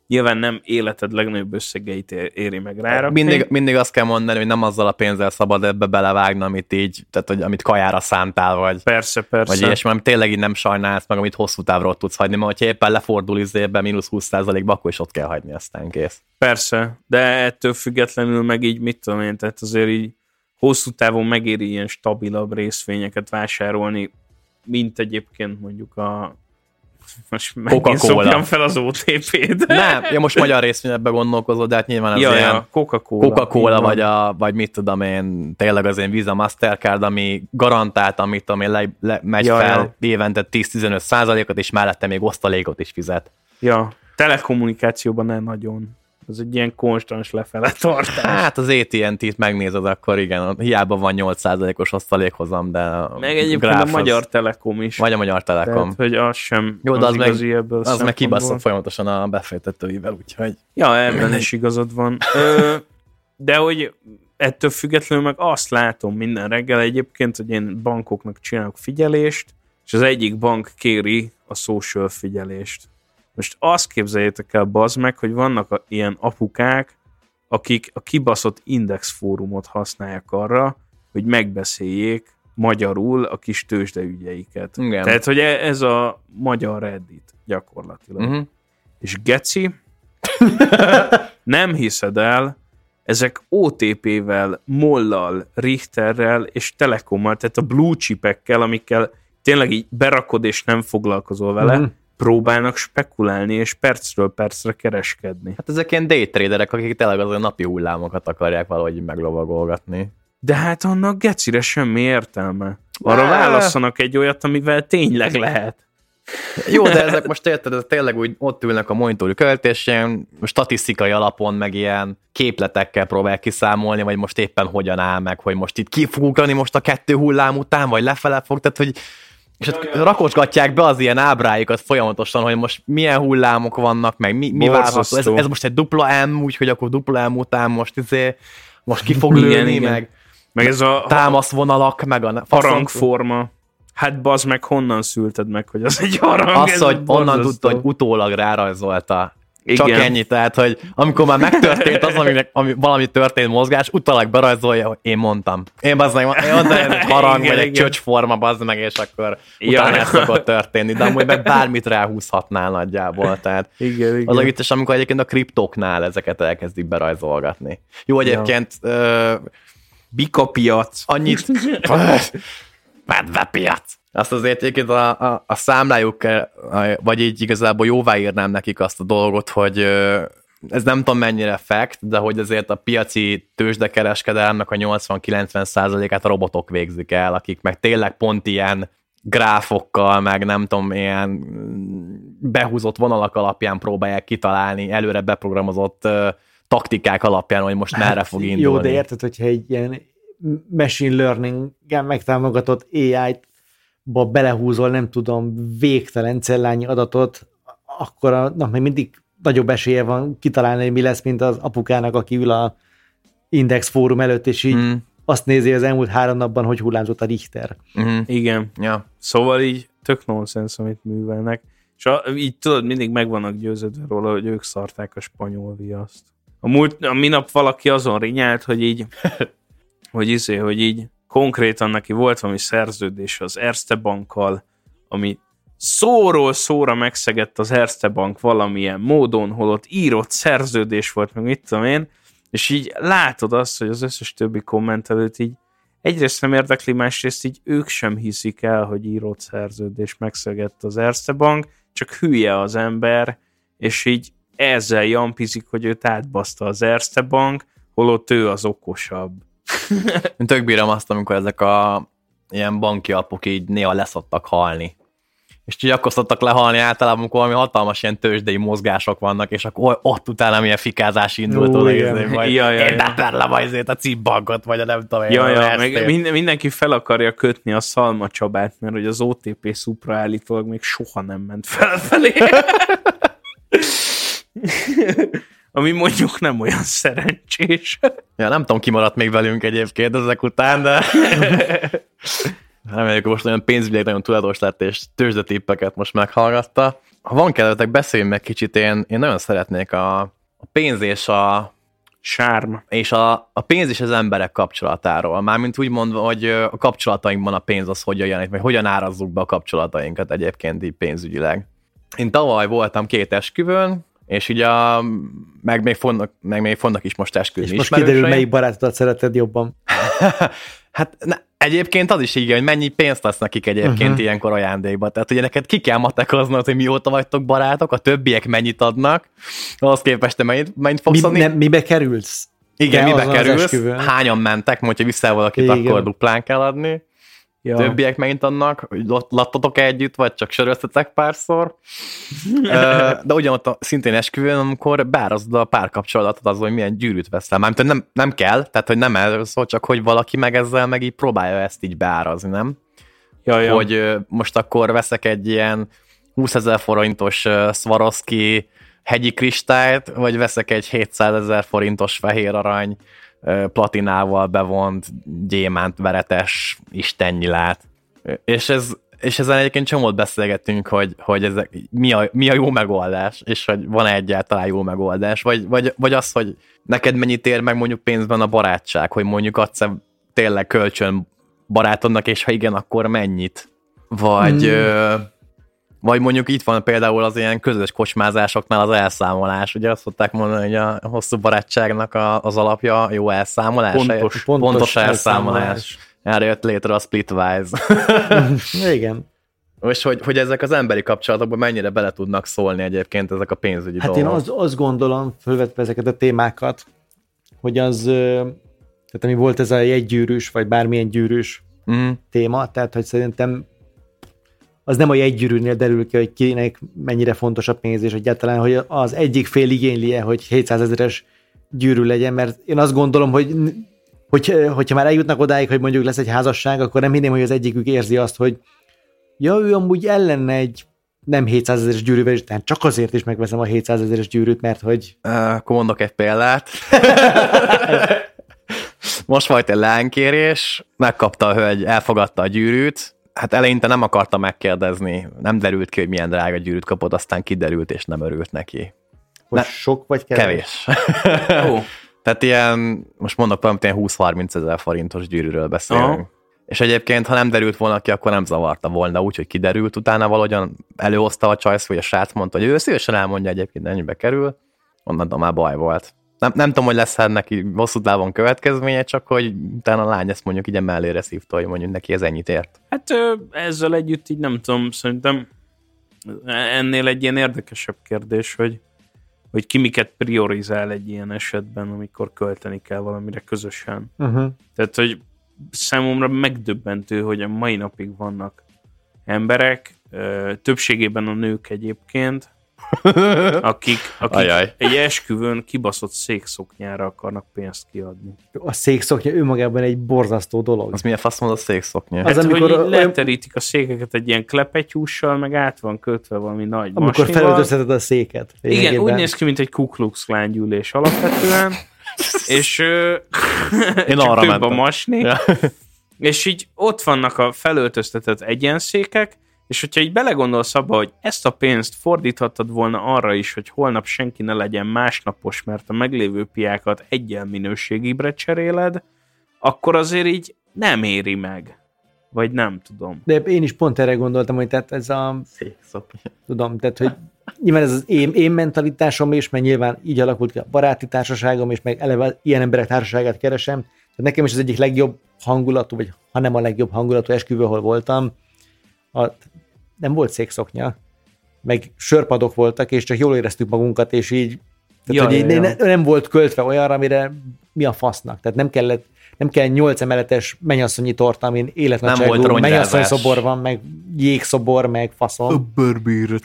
nyilván nem életed legnagyobb összegeit éri meg rárakni. Mindig azt kell mondani, hogy nem azzal a pénzzel szabad ebbe belevágni, amit így, tehát hogy amit kajára szántál, vagy persze. Vagy ilyesmi, amit tényleg így nem sajnálsz meg, amit hosszú távra ott tudsz hagyni, mert hogyha éppen lefordul izébe mínusz 20%-ba, akkor is ott kell hagyni, aztán kész. Persze, de ettől függetlenül meg így mit tudom én, tehát azért így hosszú távon megéri ilyen stabilabb részvényeket vásárolni, mint egyébként mondjuk a most megint szokjam fel az OTP-t. Nem, most magyar részvényekben gondolkozol, de hát nyilván az ilyen Coca-Cola vagy mit tudom én, tényleg az én Visa Mastercard, ami garantált, amit megy fel évente 10-15%-ot, és mellette még osztalékot is fizet. Ja, telekommunikációban nem nagyon. Ez egy ilyen konstans lefele tartás. Hát az AT&T-t megnézed, akkor igen, hiába van 8%-os osztalékhozam, de meg egyébként a Magyar Telekom is. Vagy a Magyar Telekom. Tehát, hogy az sem jó, de az igazi ebből az meg kibaszott folyamatosan a befektetőivel, úgyhogy... Ja, ebben is igazad van. De hogy ettől függetlenül meg azt látom minden reggel egyébként, hogy én bankoknak csinálok figyelést, és az egyik bank kéri a social figyelést. Most azt képzeljétek el, bazd meg, hogy vannak ilyen apukák, akik a kibaszott Index fórumot használják arra, hogy megbeszéljék magyarul a kis tőzsdeügyeiket. Igen. Tehát, hogy ez a magyar Reddit gyakorlatilag. Uh-huh. És geci, nem hiszed el, ezek OTP-vel, MOL-lal, Richterrel és Telekommal, tehát a blue chipekkel, amikkel tényleg így berakod és nem foglalkozol vele, próbálnak spekulálni, és percről percre kereskedni. Hát ezek ilyen daytraderek, akik tényleg az a napi hullámokat akarják valahogy meglovagolgatni. De hát annak gecire semmi értelme. Arra válasszanak egy olyat, amivel tényleg lehet. Jó, de ezek most érted, ez tényleg úgy ott ülnek a monitorú követésén, statisztikai alapon, meg ilyen képletekkel próbálják kiszámolni, vagy most éppen hogyan áll meg, hogy most itt ki fog ugrani most a 2 hullám után, vagy lefele fog, tehát hogy és rakosgatják be az ilyen ábráikat folyamatosan, hogy most milyen hullámok vannak, meg mi várható. Ez most egy dupla M, úgyhogy akkor dupla M után most ki fog lőni, meg ez a támaszvonalak, meg a harangforma. Hát bazd meg, honnan szülted meg, hogy az egy harang? Az, hogy onnan tudta, hogy utólag rárajzolta. Csak ennyi, tehát, hogy amikor már megtörtént az, valami történt mozgás, utólag berajzolja, hogy én mondtam. Én mondtam, hogy egy harang, vagy egy csöcsforma, bazd meg, és akkor utána ez szokott történni, de amúgy meg bármit ráhúzhatnál nagyjából, tehát igen. Az a vicces, amikor egyébként a kriptóknál ezeket elkezdik berajzolgatni. Jó, egyébként bikapiac. Annyit medvepiac. Azt azért egyébként a számlájuk, vagy így igazából jóváírnám nekik azt a dolgot, hogy ez nem tudom mennyire fact, de hogy azért a piaci tőzsdekereskedelemnek a 80-90%-át a robotok végzik el, akik meg tényleg pont ilyen gráfokkal, meg nem tudom, ilyen behúzott vonalak alapján próbálják kitalálni, előre beprogramozott taktikák alapján, hogy most merre fog indulni. Jó, de érted, hogyha egy ilyen machine learning-gen megtámogatott AI-t belehúzol, nem tudom, végtelen cellányi adatot, akkor még mindig nagyobb esélye van kitalálni, hogy mi lesz, mint az apukának, aki ül a Index fórum előtt, és így azt nézi az elmúlt 3 napban, hogy hullámzott a Richter. Igen. Ja. Szóval így tök nonsens, amit művelnek. És így tudod, mindig meg vannak győződve róla, hogy ők szarták a spanyol viaszt. A minap valaki azon rinyált, hogy így hogy így konkrétan neki volt valami szerződés az Erste Bankkal, ami szóról szóra megszegett az Erste Bank valamilyen módon, holott írott szerződés volt, meg mit tudom én, és így látod azt, hogy az összes többi kommentelőt így egyrészt nem érdekli, másrészt így ők sem hiszik el, hogy írott szerződés megszegett az Erste Bank, csak hülye az ember, és így ezzel jampizik, hogy őt átbaszta az Erste Bank, holott ő az okosabb. Én tök bírom azt, amikor ezek a ilyen banki apok így néha leszoktak halni. És így akkor szoktak lehalni általában, amikor valami hatalmas ilyen tőzsdei mozgások vannak, és akkor ott utána milyen fikázás indult oda, vagy én beperlem azért a cipbankot, vagy a nem tudom én. Mindenki fel akarja kötni a Szalma Csabát, mert hogy az OTP Supra állítólag még soha nem ment felfelé. Ami mondjuk nem olyan szerencsés. Ja, nem tudom, ki maradt még velünk egyébként ezek után, de reméljük, hogy most olyan pénzügyileg nagyon tudatos lett, és tőzsdetippeket most meghallgatta. Ha van kedvetek, beszéljünk meg kicsit, én nagyon szeretnék a pénz és a sárm. És a pénz és az emberek kapcsolatáról. Mármint úgy mondva, hogy a kapcsolatainkban a pénz az hogyan jelenik, vagy hogyan árazzuk be a kapcsolatainkat egyébként így pénzügyileg. Én tavaly voltam 2 esküvőn, és ugye meg még fognak is most esküvőn. És most kiderül, melyik barátodat szereted jobban. Hát egyébként az is így, hogy mennyi pénzt adsz nekik egyébként ilyenkor ajándékba. Tehát ugye neked ki kell matekoznod, hogy mióta vagytok barátok, a többiek mennyit adnak, ahhoz képest te mennyit fogsz adni. Mibe kerülsz? Igen, mibe kerülsz, hányan mentek, mondja vissza valakit, igen, akkor duplán kell adni. Ja. Többiek mennyit adnak, lattatok együtt, vagy csak söröztetek párszor. De ugyanott szintén esküvőn, amikor beárazod a párkapcsolatot az, hogy milyen gyűrűt veszel. Mármint nem kell, tehát hogy nem erről szól, csak hogy valaki meg ezzel meg így próbálja ezt így beárazni, nem? Ja. Hogy most akkor veszek egy ilyen 20 000 forintos Swarovski hegyi kristályt, vagy veszek egy 700 000 forintos fehér arany platinával bevont gyémánt veretes istennyilát. És ezen egyébként csomót beszélgettünk, hogy ezek, mi a jó megoldás, és hogy van-e egyáltalán jó megoldás, vagy az, hogy neked mennyit ér meg mondjuk pénzben a barátság, hogy mondjuk adsz tényleg kölcsön barátodnak, és ha igen, akkor mennyit? Vagy mondjuk itt van például az ilyen közös kocsmázásoknál az elszámolás. Ugye azt szokták mondani, hogy a hosszú barátságnak az alapja a jó elszámolás. Pontos elszámolás. Erre jött létre a Splitwise. Igen. És hogy ezek az emberi kapcsolatokban mennyire bele tudnak szólni egyébként ezek a pénzügyi dolgok. Hát én azt gondolom, fölvetve ezeket a témákat, hogy az, tehát ami volt ez a jegygyűrűs, vagy bármilyen gyűrűs téma, tehát hogy szerintem az nem a jegygyűrűnél derül ki, hogy kinek mennyire fontos a pénz, és egyáltalán, hogy az egyik fél igénylie, hogy 700 000-es gyűrű legyen, mert én azt gondolom, hogyha már eljutnak odáig, hogy mondjuk lesz egy házasság, akkor nem hinném, hogy az egyikük érzi azt, hogy ő amúgy ellenne egy nem 700 000-es gyűrűvel, és tehát csak azért is megveszem a 700 000-es gyűrűt, mert hogy... Akkor mondok egy példát. Most volt egy leánykérés, megkapta a hölgy, elfogadta a gyűrűt, hát eleinte nem akarta megkérdezni, nem derült ki, hogy milyen drága gyűrűt kapott, aztán kiderült, és nem örült neki. Hogy sok vagy kevés? Kevés. Tehát ilyen, most mondok valamit, ilyen 20-30 000 forintos gyűrűről beszélünk. És egyébként, ha nem derült volna ki, akkor nem zavarta volna úgy, hogy kiderült, utána valahogyan előhozta a csajsz, vagy a srác mondta, hogy ő szívesen elmondja egyébként, ennyibe kerül, onnantól már baj volt. Nem tudom, hogy lesz neki hosszú távon következménye, csak hogy utána a lány ezt mondjuk így mellére szívta, hogy mondjuk neki ez ennyit ért. Hát ezzel együtt így nem tudom, szerintem ennél egy ilyen érdekesebb kérdés, hogy ki miket priorizál egy ilyen esetben, amikor költeni kell valamire közösen. Tehát, hogy számomra megdöbbentő, hogy a mai napig vannak emberek, többségében a nők egyébként, akik egy esküvőn kibaszott székszoknyára akarnak pénzt kiadni. A székszoknya önmagában egy borzasztó dolog. Az milyen fasz mondod a székszoknya? Hát, amikor leterítik a székeket egy ilyen klepetyússal, meg át van kötve valami nagy amikor masnival. Amikor felöltözheted a széket. Igen, úgy néz ki, mint egy Ku Klux Klan gyűlés alapvetően, és én arra több a masni, és így ott vannak a felöltöztetett egyenszékek, és hogyha így belegondolsz abba, hogy ezt a pénzt fordíthattad volna arra is, hogy holnap senki ne legyen másnapos, mert a meglévő piákat egyen minőségibre cseréled, akkor azért így nem éri meg. Vagy nem tudom. De én is pont erre gondoltam, hogy tehát ez a... Tudom, tehát hogy nyilván ez az én mentalitásom is, mert nyilván így alakult ki a baráti társaságom, és meg eleve ilyen emberek társaságát keresem. Tehát nekem is az egyik legjobb hangulatú, vagy ha nem a legjobb hangulatú esküvő, ahol voltam, nem volt székszoknya, meg sörpadok voltak, és csak jól éreztük magunkat, és így, tehát, hogy nem volt költve olyanra, amire mi a fasznak. Tehát nem kell 8 emeletes mennyasszonyi torta, amin életnagyságú mennyasszony szobor van, meg jégszobor, meg faszom. Öbberbéret.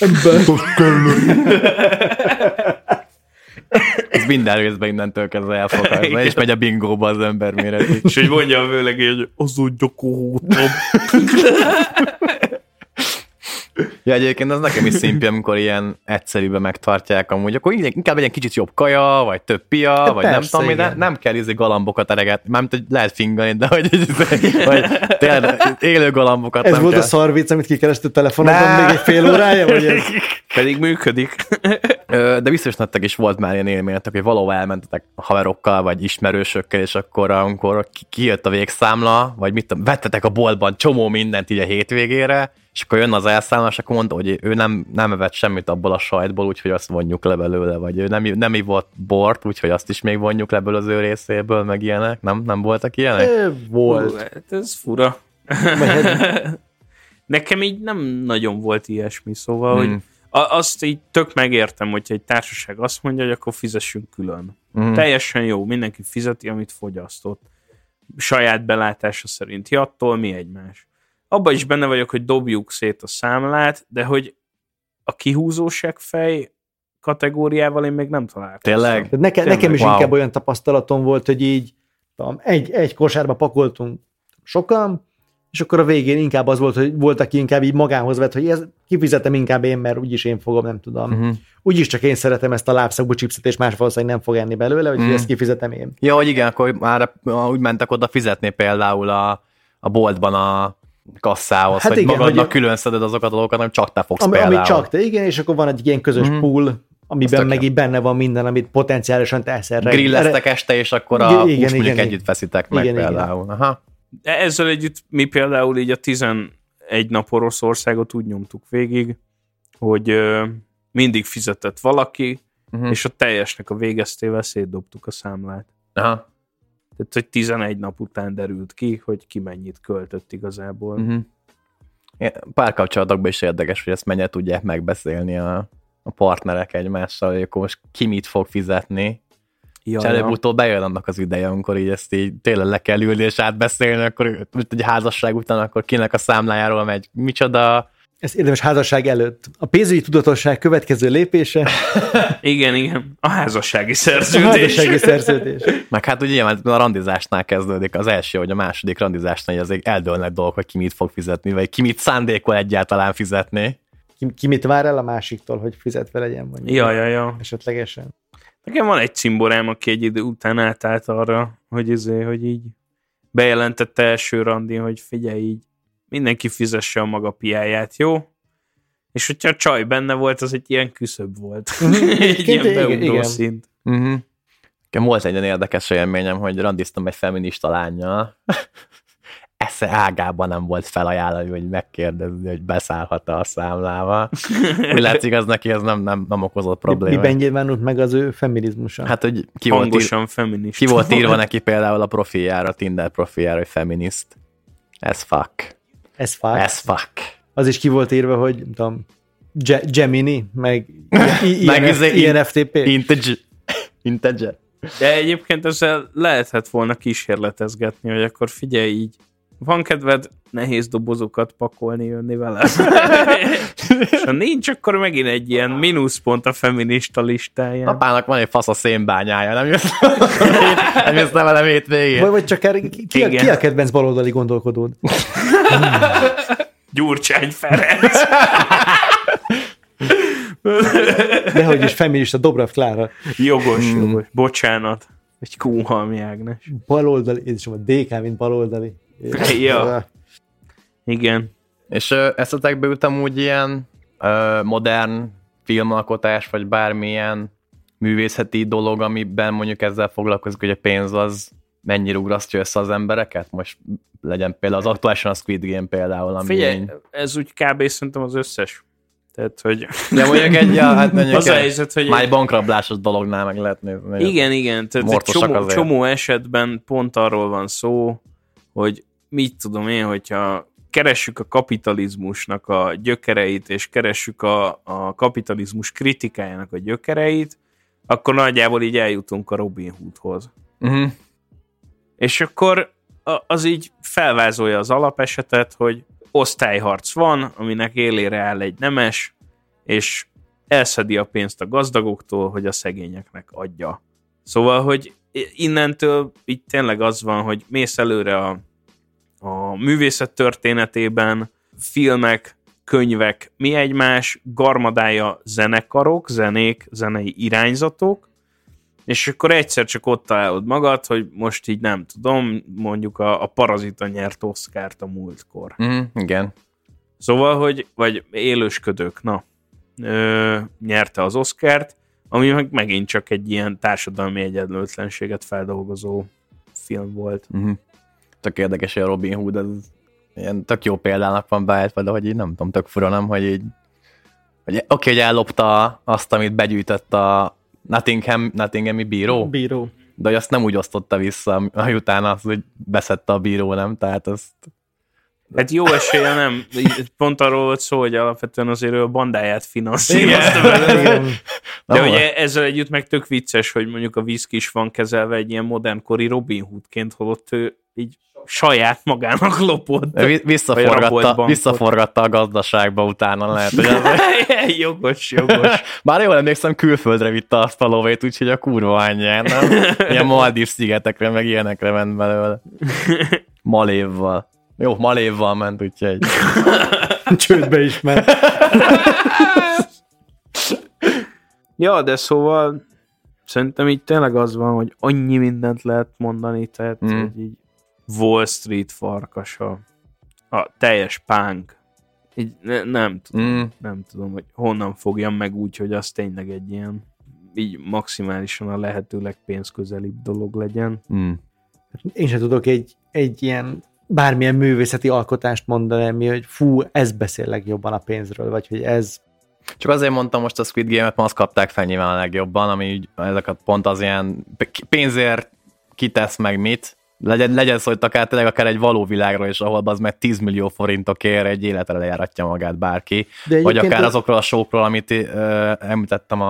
Ez minden részben innentől kezdve elfogadva, és megy a bingóba az ember méretét. És hogy mondja a vőlegény, hogy azon gyakorlótam. Ja, egyébként az nekem is szimpi, amikor ilyen egyszerűben megtartják amúgy, akkor inkább legyen kicsit jobb kaja, vagy több pia, hát vagy persze, nem tudom, de nem kell galambokat eregetni, mármint, hogy lehet fingani, de hogy tényleg élő galambokat ez nem volt kell. A szarvic, amit kikerested telefonodon még egy fél órája? Vagy ez? Pedig működik. De biztos nektek is volt már ilyen élményetek, hogy valahol elmentetek a haverokkal, vagy ismerősökkel, és akkor amikor kijött a végszámla, vagy mit tudom, vettetek a boltban csomó mindent így a hétvégére, és akkor jön az elszámolás, akkor mondta, hogy ő nem evett semmit abból a sajtból, úgyhogy azt vonjuk le belőle, vagy ő nem ivott bort, úgyhogy azt is még vonjuk le belőle az ő részéből, meg ilyenek. Nem voltak ilyenek? Volt. Ez fura. Nekem így nem nagyon volt ilyesmi, szóval, hogy azt így tök megértem, hogyha egy társaság azt mondja, hogy akkor fizessünk külön. Teljesen jó, mindenki fizeti, amit fogyasztott. Saját belátása szerint. Ja, attól mi egymás. Abban is benne vagyok, hogy dobjuk szét a számlát, de hogy a kihúzóságfej kategóriával én még nem találkoztam. Tényleg? Nekem is inkább olyan tapasztalatom volt, hogy így egy kosárba pakoltunk sokan, és akkor a végén inkább az volt, hogy volt, aki inkább így magához vett, hogy ezt kifizetem inkább én, mert úgyis én fogom, nem tudom. Úgyis csak én szeretem ezt a lábszakú chipset, és más valószínűleg nem fog enni belőle, úgyhogy ezt kifizetem én. Ja, hogy igen, akkor már úgy mentek oda fizetni például a boltban a kasszához, hát hogy igen, magadnak külön szeded azokat a dolgokat, amit csak te fogsz például. Amit csak te, igen, és akkor van egy ilyen közös pool, amiben meg így benne van minden, amit potenciálisan te eszel. Grilleztek este, és akkor a hús mondjuk együtt veszitek meg például. Igen. Aha. Ezzel együtt mi például így a 11 nap Oroszországot úgy nyomtuk végig, hogy mindig fizetett valaki, és a teljesnek a végeztével szétdobtuk a számlát. Aha. Tehát, hogy 11 nap után derült ki, hogy ki mennyit költött igazából. Párkapcsolatokban is érdekes, hogy ezt mennyire tudják megbeszélni a partnerek egymással, hogy akkor most ki mit fog fizetni. És előbb-utóbb bejön annak az ideje, amikor így ezt így tényleg le kell ülni és átbeszélni, akkor egy házasság után, akkor kinek a számlájáról megy micsoda. Ez érdemes házasság előtt. A pénzügyi tudatosság következő lépése. Igen. A házassági szerződés. Meg hát ugye a randizásnál kezdődik az első, vagy a második randizásnál, hogy azért eldőlnek dolgok, hogy ki mit fog fizetni, vagy ki mit szándékol egyáltalán fizetni. Ki mit vár el a másiktól, hogy fizetve legyen mondjuk. Ja. Esetlegesen. Nekem van egy cimborám, aki egy idő után átállt arra, hogy így bejelentette első randi, hogy figyelj így, mindenki fizesse a maga piáját, jó? És hogyha a csaj benne volt, az egy ilyen küszöbb volt. Egy ilyen beugró szint. Volt egy olyan érdekes élményem, hogy randiztam egy feminista lánnyal. Esze ágában nem volt felajánlani, hogy megkérdezni, hogy beszállhat-e a számlával. Úgy látszik, az neki ez nem okozott problémát. Miben nyilvánult meg az ő feminizmusa? Hát, hogy ki volt írva neki például a profiljára, Tinder profiljára, hogy feminist. Ez fuck. Ez fuck. Az is ki volt írva, hogy nem tudom, Gemini, meg INFTP. Integer. De egyébként ezzel lehetett volna kísérletezgetni, hogy akkor figyelj így, van kedved nehéz dobozokat pakolni, jönni vele? És ha nincs, akkor megint egy ilyen mínuszpont a feminista listáján. Apának van egy fasz a szénbányája, nem jössz velem hétvégén. Vagy csak ki a kedvenc baloldali gondolkodód? Gyurcsány Ferenc. Dehogy is feminista, Dobrev Klára. Jogos. Bocsánat. Egy Kunhalmi Ágnes. Baloldali, és a DK, mint baloldali. Ja. Igen. És eszetekbe ültem úgy ilyen modern filmalkotás, vagy bármilyen művészeti dolog, amiben mondjuk ezzel foglalkozik, hogy a pénz az mennyire ugrasztja össze az embereket? Most legyen például az aktuálisan a Squid Game például. Ami figyelj, ez úgy kb. Szerintem az összes. Tehát, hogy... De mondjuk mondjuk az a helyzet, hogy... Már egy bankrablásos dolognál meg lehet nézni. Igen. Tehát csomó esetben pont arról van szó, hogy mit tudom én, hogyha keressük a kapitalizmusnak a gyökereit, és keressük a kapitalizmus kritikájának a gyökereit, akkor nagyjából így eljutunk a Robin Hoodhoz. És akkor az így felvázolja az alapesetet, hogy osztályharc van, aminek élére áll egy nemes, és elszedi a pénzt a gazdagoktól, hogy a szegényeknek adja. Szóval, hogy innentől így tényleg az van, hogy mész előre a művészet történetében, filmek, könyvek mi egymás, garmadája zenekarok, zenék, zenei irányzatok, és akkor egyszer csak ott találod magad, hogy most így nem tudom, mondjuk a Parazita nyert Oscart a múltkor. Igen. Szóval, vagy Élősködők, nyerte az Oscart, ami megint csak egy ilyen társadalmi egyenlőtlenséget feldolgozó film volt. Tök érdekes, hogy a Robin Hood az ilyen tök jó példának van beállítva, de hogy így nem tudom, tök fura, nem, hogy így hogy ellopta azt, amit begyűjtött a Nottinghami bíró, de hogy azt nem úgy osztotta vissza, hogy utána azt, hogy beszedte a bíró, nem? Tehát azt... Hát jó esélye nem. Pont arról volt szó, hogy alapvetően azért ő a bandáját finanszírozta. De ugye ezzel együtt meg tök vicces, hogy mondjuk a whisky is van kezelve egy ilyen modernkori Robin Hoodként, holott ő így saját magának lopott. Visszaforgatta a gazdaságba utána, lehet, hogy ez... jogos. Bár jól emlékszem, külföldre vitte azt a lovét, úgyhogy a kurva anyján, nem? Ilyen Maldív-szigetekre, meg ilyenekre ment belőle. Malévval. Jó, Malévval ment, úgyhogy... Csődbe is ment. Ja, de szóval szerintem így tényleg az van, hogy annyi mindent lehet mondani, tehát hogy így Wall Street farkasa, a teljes punk, így nem tudom, hogy honnan fogjam meg úgy, hogy az tényleg egy ilyen így maximálisan a lehető legpénzközelibb dolog legyen. Én sem tudok egy ilyen bármilyen művészeti alkotást mondani, ami, hogy fú, ez beszél legjobban a pénzről, vagy hogy ez... Csak azért mondtam most a Squid Game-et, mert azt kapták fel nyilván a legjobban, ami ezeket pont az ilyen pénzért kitesz meg mit, legyen szó, hogy akár egy való világról is, ahol az meg 10 millió forintokért egy életre lejáratja magát bárki, vagy akár azokról a showkról, amit említettem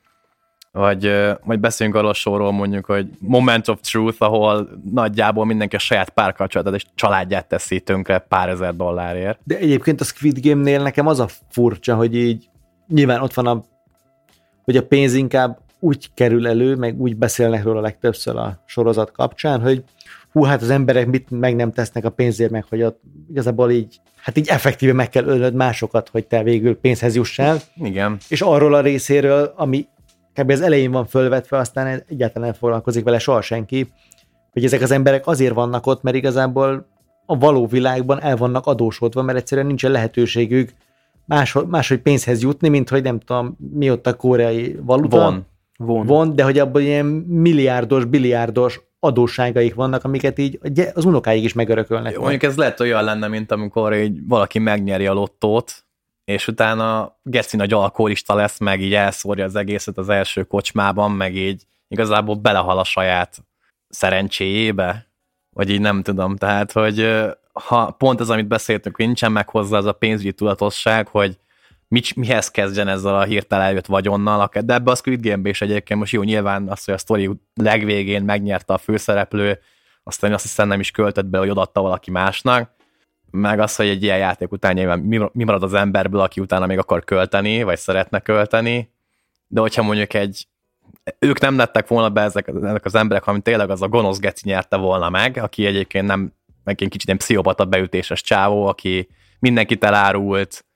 vagy beszéljünk arról a showról mondjuk, hogy Moment of Truth, ahol nagyjából mindenki a saját párkapcsolatát és családját teszi tönkre pár ezer dollárért. De egyébként a Squid Game-nél nekem az a furcsa, hogy így nyilván ott van hogy a pénz inkább úgy kerül elő, meg úgy beszélnek róla legtöbbször a sorozat kapcsán, hogy hát az emberek mit meg nem tesznek a pénzért, meg hogy ott igazából így, hát így effektíve meg kell ölnöd másokat, hogy te végül pénzhez jussál. Igen. És arról a részéről, ami kb. Az elején van fölvetve, aztán egyáltalán nem foglalkozik vele soha senki, hogy ezek az emberek azért vannak ott, mert igazából a való világban el vannak adósodva, mert egyszerűen nincsen lehetőségük máshogy pénzhez jutni, mint hogy nem tudom, mi ott a koreai valuta. Von, de hogy abban ilyen milliárdos, billiárdos adósságaik vannak, amiket így az unokáig is megörökölnek. Jó, mondjuk ez lehet olyan lenne, mint amikor így valaki megnyeri a lottót, és utána geci nagy alkoholista lesz, meg így elszórja az egészet az első kocsmában, meg így igazából belehal a saját szerencséjébe, vagy így nem tudom. Tehát, hogy ha pont ez, amit beszéltünk, hogy nincsen meg hozzá az a pénzügyi tudatosság, hogy mihez kezdjen ezzel a hirtelen eljött vagyonnal, de ebbe a Squid Game-be is egyébként most jó, nyilván az, hogy a sztori legvégén megnyerte a főszereplő, aztán azt hiszem nem is költött be, hogy odaadta valaki másnak, meg az, hogy egy ilyen játék után nyilván mi marad az emberből, aki utána még akar költeni, vagy szeretne költeni, de hogyha mondjuk ők nem lettek volna be ezek az emberek, hanem tényleg az a gonosz geci nyerte volna meg, aki egyébként nem, meg egy kicsit ilyen pszichopata beütéses csávó, aki mindenkit elárult,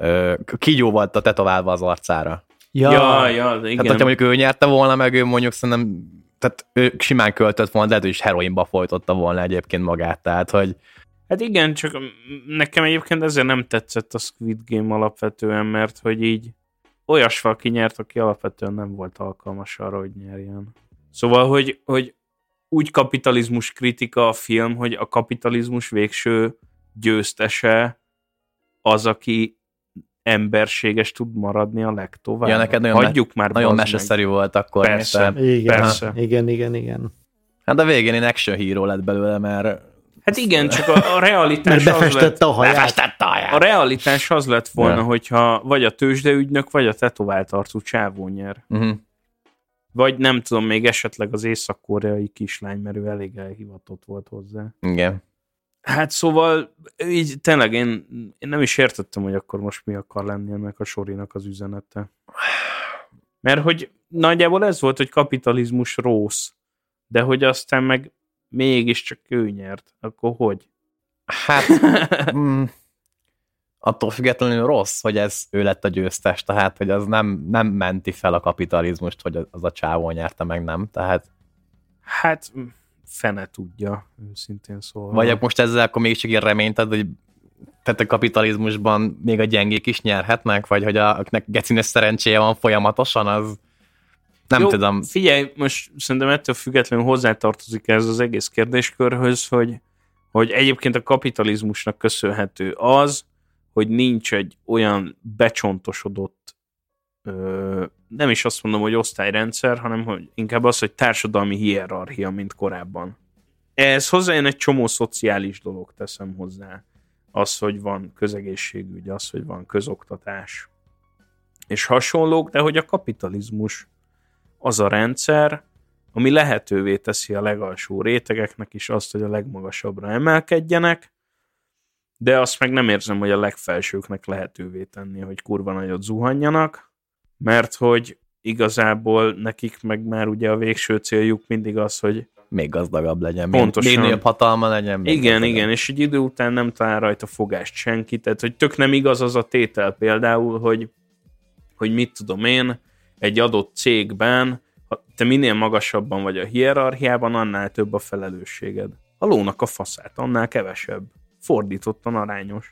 kígyó volt a tetoválva az arcára. Ja, igen. Tehát, hogyha mondjuk ő nyerte volna meg, ő mondjuk szerintem, tehát ő simán költött volna, de ő is heroinba folytotta volna egyébként magát, tehát, hogy... Hát igen, csak nekem egyébként ezért nem tetszett a Squid Game alapvetően, mert hogy így olyas valaki nyert, aki alapvetően nem volt alkalmas arra, hogy nyerjen. Szóval, hogy úgy kapitalizmus kritika a film, hogy a kapitalizmus végső győztese az, aki emberséges tud maradni a legtovább. Ja, neked nagyon meseszerű volt akkor. Persze, persze. Igen. Hát a végén én action hero lett belőle, mert... Hát igen, csak a realitás befestette a haját. A realitás az lett volna, hogyha vagy a tőzsdeügynök, vagy a tetovált arcú csávó nyer. Vagy nem tudom, még esetleg az észak-koreai kislány, mert ő elég elhivatott volt hozzá. Igen. Hát szóval így tényleg én nem is értettem, hogy akkor most mi akar lenni ennek a sorinak az üzenete. Mert hogy nagyjából ez volt, hogy kapitalizmus rossz, de hogy aztán meg mégiscsak ő nyert. Akkor hogy? Hát attól függetlenül rossz, hogy ő lett a győztes, tehát hogy az nem menti fel a kapitalizmust, hogy az a csávó nyerte meg, nem, tehát... Hát fene tudja, őszintén szólva. Vagy most ezzel akkor még csak ilyen reményt ad, hogy tehát a kapitalizmusban még a gyengék is nyerhetnek, vagy hogy akinek gecines szerencséje van folyamatosan, az nem jó, tudom. Figyelj, most szerintem ettől függetlenül hozzátartozik ez az egész kérdéskörhöz, hogy egyébként a kapitalizmusnak köszönhető az, hogy nincs egy olyan becsontosodott, nem is azt mondom, hogy osztályrendszer, hanem hogy inkább az, hogy társadalmi hierarchia, mint korábban. Ehhez hozzájön egy csomó szociális dolog, teszem hozzá. Az, hogy van közegészségügy, az, hogy van közoktatás, és hasonlók, de hogy a kapitalizmus az a rendszer, ami lehetővé teszi a legalsó rétegeknek is azt, hogy a legmagasabbra emelkedjenek, de azt meg nem érzem, hogy a legfelsőknek lehetővé tenni, hogy kurva nagyot zuhanjanak, mert hogy igazából nekik meg már ugye a végső céljuk mindig az, hogy még gazdagabb legyen, pontosan. Még nagyobb hatalma legyen. Igen, és egy idő után nem talál rajta fogást senki, tehát hogy tök nem igaz az a tétel például, hogy mit tudom én, egy adott cégben, te minél magasabban vagy a hierarchiában, annál több a felelősséged. A lónak a faszát, annál kevesebb. Fordítottan arányos.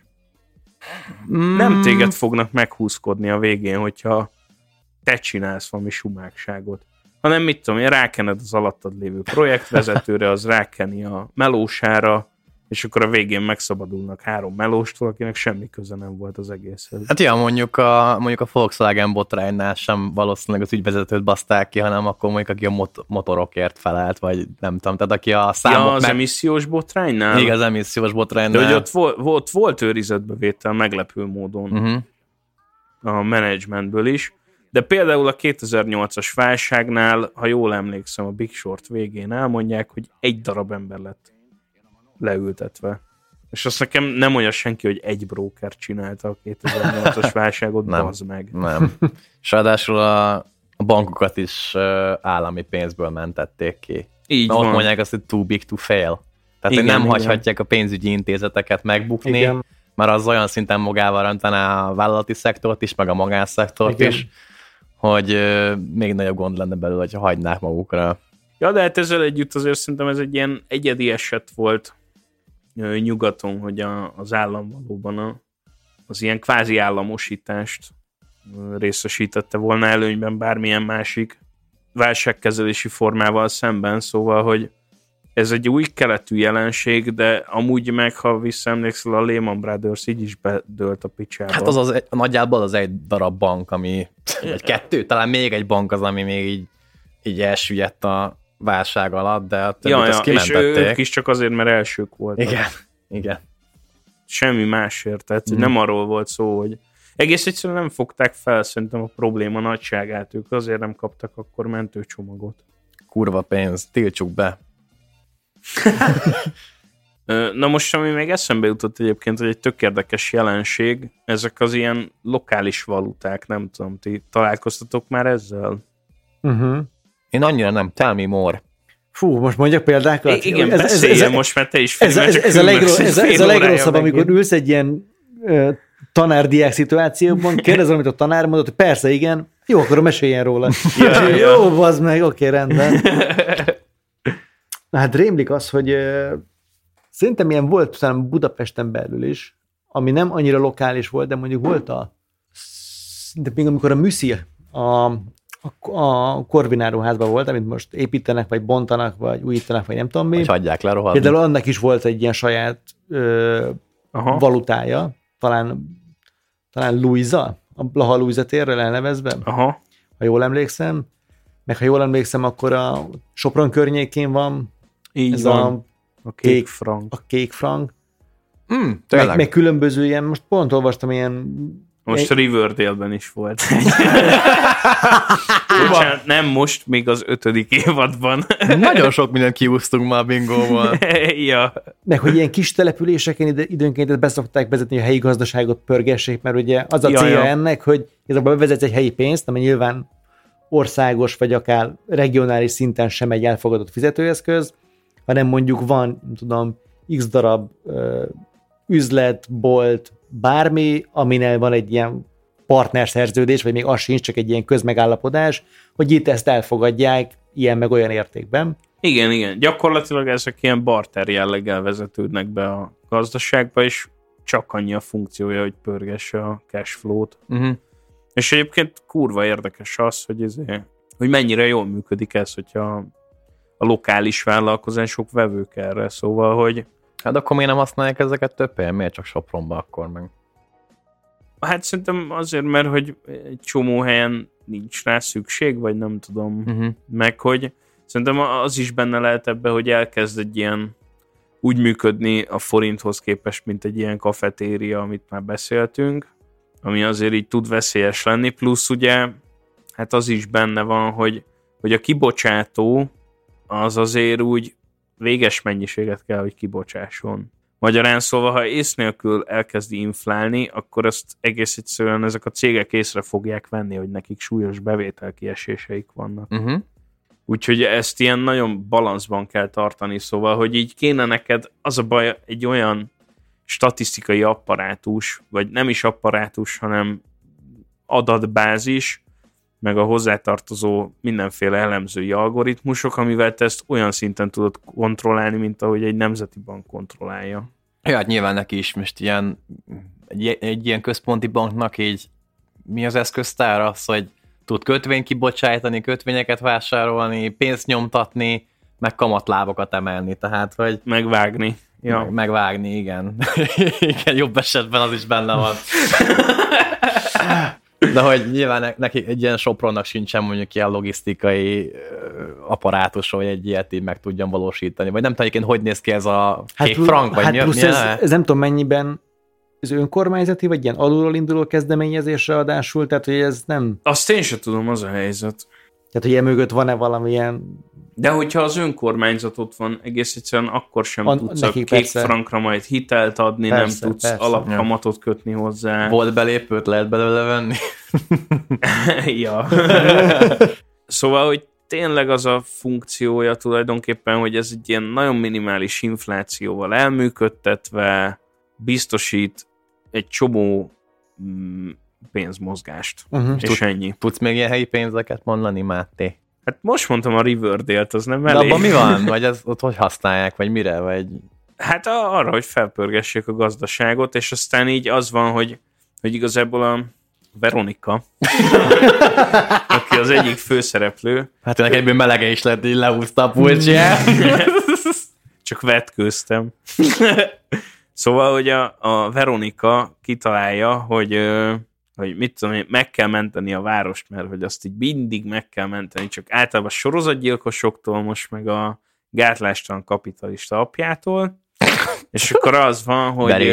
Nem téged fognak meghúzkodni a végén, hogyha te csinálsz valami sumákságot, hanem mit tudom én, rákened az alattad lévő projektvezetőre, az rákeni a melósára, és akkor a végén megszabadulnak 3 melóstól, akinek semmi köze nem volt az egészhez. Hát ja, mondjuk a Volkswagen botránynál sem valószínűleg az ügyvezetőt baszták ki, hanem akkor mondjuk aki a motorokért felelt, vagy nem tudom, tehát aki a számok... Ja, az emissziós botránynál? Igen, az emissziós botránynál. De hogy ott volt őrizetbevétel meglepő módon a menedzsmentből is, de például a 2008-as válságnál, ha jól emlékszem, a Big Short végén elmondják, hogy 1 darab ember lett leültetve. És azt nekem nem mondja senki, hogy egy broker csinálta a 2008-as válságot, bazd meg. Nem. És ráadásul a bankokat is állami pénzből mentették ki. Így van. Ott mondják azt, hogy too big to fail. Tehát, hogy nem hagyhatják a pénzügyi intézeteket megbukni, mert az olyan szinten magával rántaná a vállalati szektort is, meg a magánszektort is, hogy még nagyobb gond lenne belőle, hogyha hagynák magukra. Ja, de hát ezzel együtt azért szerintem ez egy ilyen egyedi eset volt nyugaton, hogy az állam valóban az ilyen kvázi államosítást részesítette volna előnyben bármilyen másik válságkezelési formával szemben, szóval, hogy ez egy új keletű jelenség, de amúgy meg, ha visszaemlékszel, a Lehman Brothers így is bedőlt a picsába. Hát az nagyjából az egy darab bank, vagy 2, talán még egy bank az, ami még így elsüllyedt a válság alatt, de a többit azt kimentették. És ők is csak azért, mert elsők voltak. Igen. Semmi másért, tehát nem arról volt szó, hogy egész egyszerűen nem fogták fel szerintem a probléma nagyságát, ők azért nem kaptak akkor mentőcsomagot. Kurva pénz, tiltsuk be. Na most, ami még eszembe jutott egyébként, hogy egy tök érdekes jelenség, ezek az ilyen lokális valuták, nem tudom, ti találkoztatok már ezzel? Én annyira nem, tell me more. Fú, most mondjak példákat? Igen, beszéljen most, mert te is ez a legrosszabb, amikor ülsz egy ilyen tanár-diák szituációban, kérdez valamit a tanár, mondod, hogy persze, igen, jó, akkor meséljen róla. Jó, bazd meg, oké, rendben. Na hát rémlik az, hogy szerintem ilyen volt talán Budapesten belül is, ami nem annyira lokális volt, de mondjuk volt de még amikor a Műszi a Corvinaro-házban volt, amit most építenek, vagy bontanak, vagy újítanak, vagy nem tudom mi. Vagy hagyják le rohadni. Például annak is volt egy ilyen saját valutája, talán Luisa, a Blaha Luisa térrel elnevezve, ha jól emlékszem. Meg ha jól emlékszem, akkor a Sopron környékén van. Így ez van. A kék frank. A kék frank. Meg különböző ilyen, most pont olvastam ilyen... Most Riverdale-ben is volt. Nem most, még az 5. évadban. Nagyon sok mindent kiúztunk már a bingóval. Ja. Meg hogy ilyen kis településeken időnként beszokták vezetni, a helyi gazdaságot pörgessék, mert ugye az a célja ennek, hogy igazából bevezetsz egy helyi pénzt, ami nyilván országos, vagy akár regionális szinten sem egy elfogadott fizetőeszköz, hanem mondjuk van, nem tudom, x darab üzlet, bolt, bármi, aminél van egy ilyen partnerszerződés, vagy még az sincs, csak egy ilyen közmegállapodás, hogy itt ezt elfogadják ilyen meg olyan értékben. Igen. Gyakorlatilag ezek ilyen barter jelleggel vezetődnek be a gazdaságba, és csak annyi a funkciója, hogy pörgesse a cashflow-t. És egyébként kurva érdekes az, hogy mennyire jól működik ez, hogyha a lokális vállalkozások vevők erre, szóval, hogy... Hát akkor miért nem használják ezeket több helyen? Miért csak Sopronba akkor meg? Hát szerintem azért, mert hogy egy csomó helyen nincs rá szükség, vagy nem tudom, meg hogy szerintem az is benne lehet ebbe, hogy elkezd egy ilyen úgy működni a forinthoz képest, mint egy ilyen kafetéria, amit már beszéltünk, ami azért így tud veszélyes lenni, plusz ugye, hát az is benne van, hogy a kibocsátó az azért úgy véges mennyiséget kell, hogy kibocsásson. Magyarán szólva, ha ész nélkül elkezdi inflálni, akkor ezt egész egyszerűen ezek a cégek észre fogják venni, hogy nekik súlyos bevételkieséseik vannak. Úgyhogy ezt ilyen nagyon balanszban kell tartani, szóval, hogy így kéne neked, az a baj, egy olyan statisztikai apparátus, vagy nem is apparátus, hanem adatbázis, meg a hozzátartozó mindenféle elemzői algoritmusok, amivel te ezt olyan szinten tudod kontrollálni, mint ahogy egy nemzeti bank kontrollálja. Ja, hát nyilván neki is most egy ilyen központi banknak így mi az eszköztár az, hogy tud kötvényt kibocsájtani, kötvényeket vásárolni, pénzt nyomtatni, meg kamatlábakat emelni, tehát hogy... Megvágni. Ja. Megvágni, igen. Igen, jobb esetben az is benne van. De hogy nyilván neki egy ilyen Sopronnak sincsen mondjuk ilyen logisztikai apparátus, hogy egy ilyet így meg tudjon valósítani. Vagy nem tudom, egyébként hogy néz ki ez a kék frank, vagy mi? Plusz ez nem tudom mennyiben ez önkormányzati, vagy ilyen alulról induló kezdeményezésre adásul, tehát hogy ez nem... Azt én sem tudom, az a helyzet. Tehát, hogy emögött van-e valamilyen... De hogyha az önkormányzat ott van, egész egyszerűen akkor sem tudsz a kék frankra majd hitelt adni, persze, nem tudsz alapkamatot kötni hozzá. Volt belépőt, lehet belőle venni. Ja. Szóval, hogy tényleg az a funkciója tulajdonképpen, hogy ez egy ilyen nagyon minimális inflációval elműködtetve biztosít egy csomó pénzmozgást. És ennyi. Tudsz még ilyen helyi pénzeket mondani, Máté? Hát most mondtam a Riverdale-t, az nem elég. De abban mi van? Vagy ott hogy használják? Vagy mire? Vagy... Hát arra, hogy felpörgessék a gazdaságot, és aztán így az van, hogy igazából a Veronika, aki az egyik főszereplő. Hát ennek egyből melege is lett, így lehúzta a pulcsját. Csak vetkőztem. Szóval, hogy a Veronika kitalálja, hogy mit tudom én, meg kell menteni a várost, mert hogy azt így mindig meg kell menteni, csak általában sorozatgyilkosoktól, most meg a gátlástalan kapitalista apjától, és akkor az van,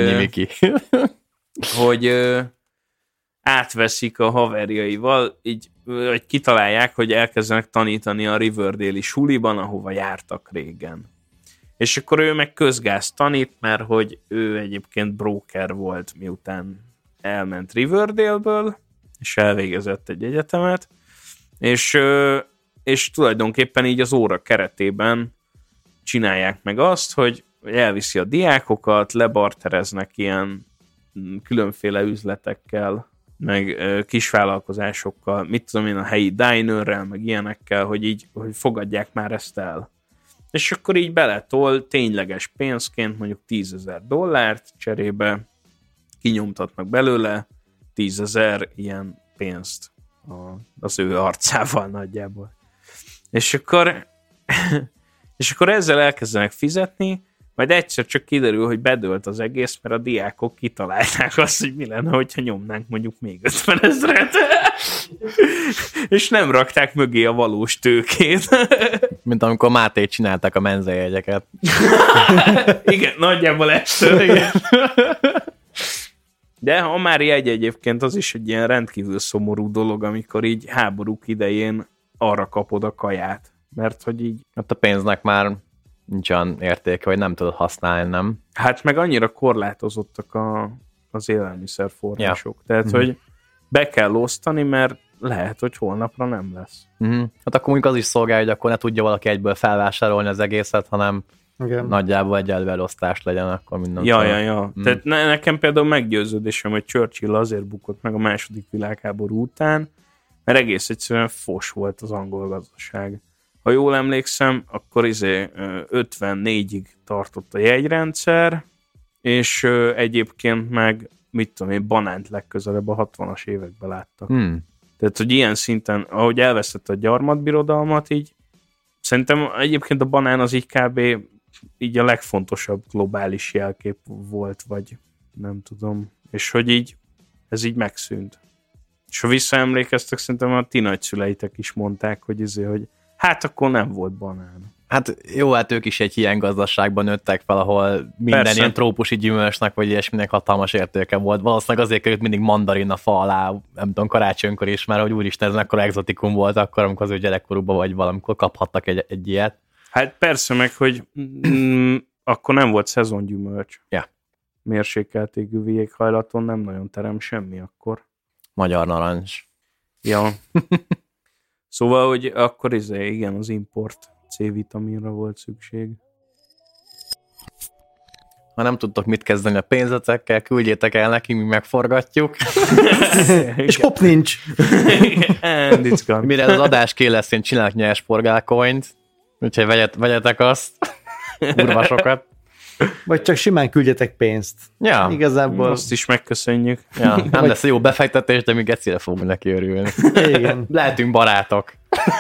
hogy átveszik a haverjaival, így hogy kitalálják, hogy elkezdenek tanítani a Riverdale-i suliban, ahova jártak régen. És akkor ő meg közgáz tanít, mert hogy ő egyébként broker volt, miután elment Riverdale-ből, és elvégezett egy egyetemet, és tulajdonképpen így az óra keretében csinálják meg azt, hogy elviszi a diákokat, lebartereznek ilyen különféle üzletekkel, meg kisvállalkozásokkal, mit tudom én, a helyi dinerrel, meg ilyenekkel, hogy fogadják már ezt el. És akkor így beletol tényleges pénzként mondjuk $10,000 cserébe, kinyomtatnak belőle 10,000 ilyen pénzt az ő arcával nagyjából. És akkor ezzel elkezdenek fizetni, majd egyszer csak kiderül, hogy bedőlt az egész, mert a diákok kitalálták azt, hogy mi lenne, hogyha nyomnánk mondjuk még 50,000. És nem rakták mögé a valós tőkét. Mint amikor Máté csinálták a menzejegyeket. Igen, nagyjából ettől. De a már jegy egyébként az is egy ilyen rendkívül szomorú dolog, amikor így háborúk idején arra kapod a kaját. Mert hogy így... Hát a pénznek már nincs olyan értéke, hogy nem tudod használni, nem? Hát meg annyira korlátozottak az élelmiszerforrások. Ja. Tehát, hogy be kell osztani, mert lehet, hogy holnapra nem lesz. Hát akkor mondjuk az is szolgálja, hogy akkor ne tudja valaki egyből felvásárolni az egészet, hanem nagyjából egyenlő elosztás legyen, akkor mindentől. Ja. Tehát nekem például meggyőződésem, hogy Churchill azért bukott meg a második világháború után, mert egész egyszerűen fos volt az angol gazdaság. Ha jól emlékszem, akkor 54-ig tartott a jegyrendszer, és egyébként meg, mit tudom én, banánt legközelebb a 60-as években láttak. Tehát, hogy ilyen szinten, ahogy elvesztette a gyarmatbirodalmat, így szerintem egyébként a banán az így kb. Így a legfontosabb globális jelkép volt, vagy nem tudom. És hogy így, ez így megszűnt. És ha visszaemlékeztek, szerintem a ti nagyszüleitek is mondták, hogy hát akkor nem volt banán. Hát jó, hát ők is egy ilyen gazdaságban nőttek fel, ahol minden Persze. ilyen trópusi gyümölcsnek, vagy ilyesminek hatalmas értéke volt. Valószínűleg azért került mindig mandarin a fa alá, nem tudom, karácsonykor is, mert hogy úristen, ez mekkora exotikum volt akkor, amikor az ő gyerekkorukban, vagy valamikor kaphattak egy ilyet. Hát persze meg, hogy akkor nem volt szezongyümölcs. Ja. Mérsékelt égő éghajlaton nem nagyon terem semmi akkor. Magyar narancs. Ja. Szóval, hogy akkor igen, az import C-vitaminra volt szükség. Ha nem tudtok mit kezdeni a pénzetekkel, küldjétek el neki, mi megforgatjuk. És hopp nincs. Mire az adás kél lesz, én csinálok nyers porgálcoint, úgyhogy vegyetek azt. Kurva sokat. Vagy csak simán küldjetek pénzt. Ja. Igazából. Azt is megköszönjük. Ja. Nem lesz jó befektetés, de mi gecire fogunk neki örülni. Igen. Lehetünk barátok.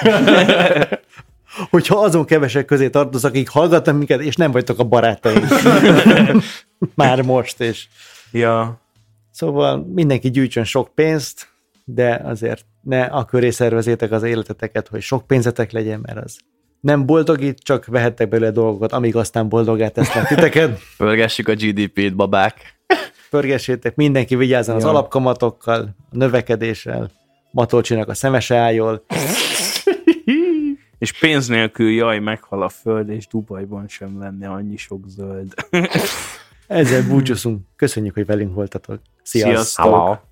Hogyha azon kevesek közé tartozok, akik hallgatnak minket, és nem vagytok a barátaink. Már most is. Ja. Szóval mindenki gyűjtsön sok pénzt, de azért ne a köré szervezétek az életeteket, hogy sok pénzetek legyen, mert az nem boldogít, csak vehettek belőle dolgokat, amíg aztán boldogá tesznek titeket. Pörgessük a GDP-t, babák. Pörgessétek, mindenki vigyázzon az alapkamatokkal, a növekedéssel, Matolcsinak a szemese álljon. És pénz nélkül meghal a föld, és Dubajban sem lenne annyi sok zöld. Ezzel búcsúszunk. Köszönjük, hogy velünk voltatok. Sziasztok!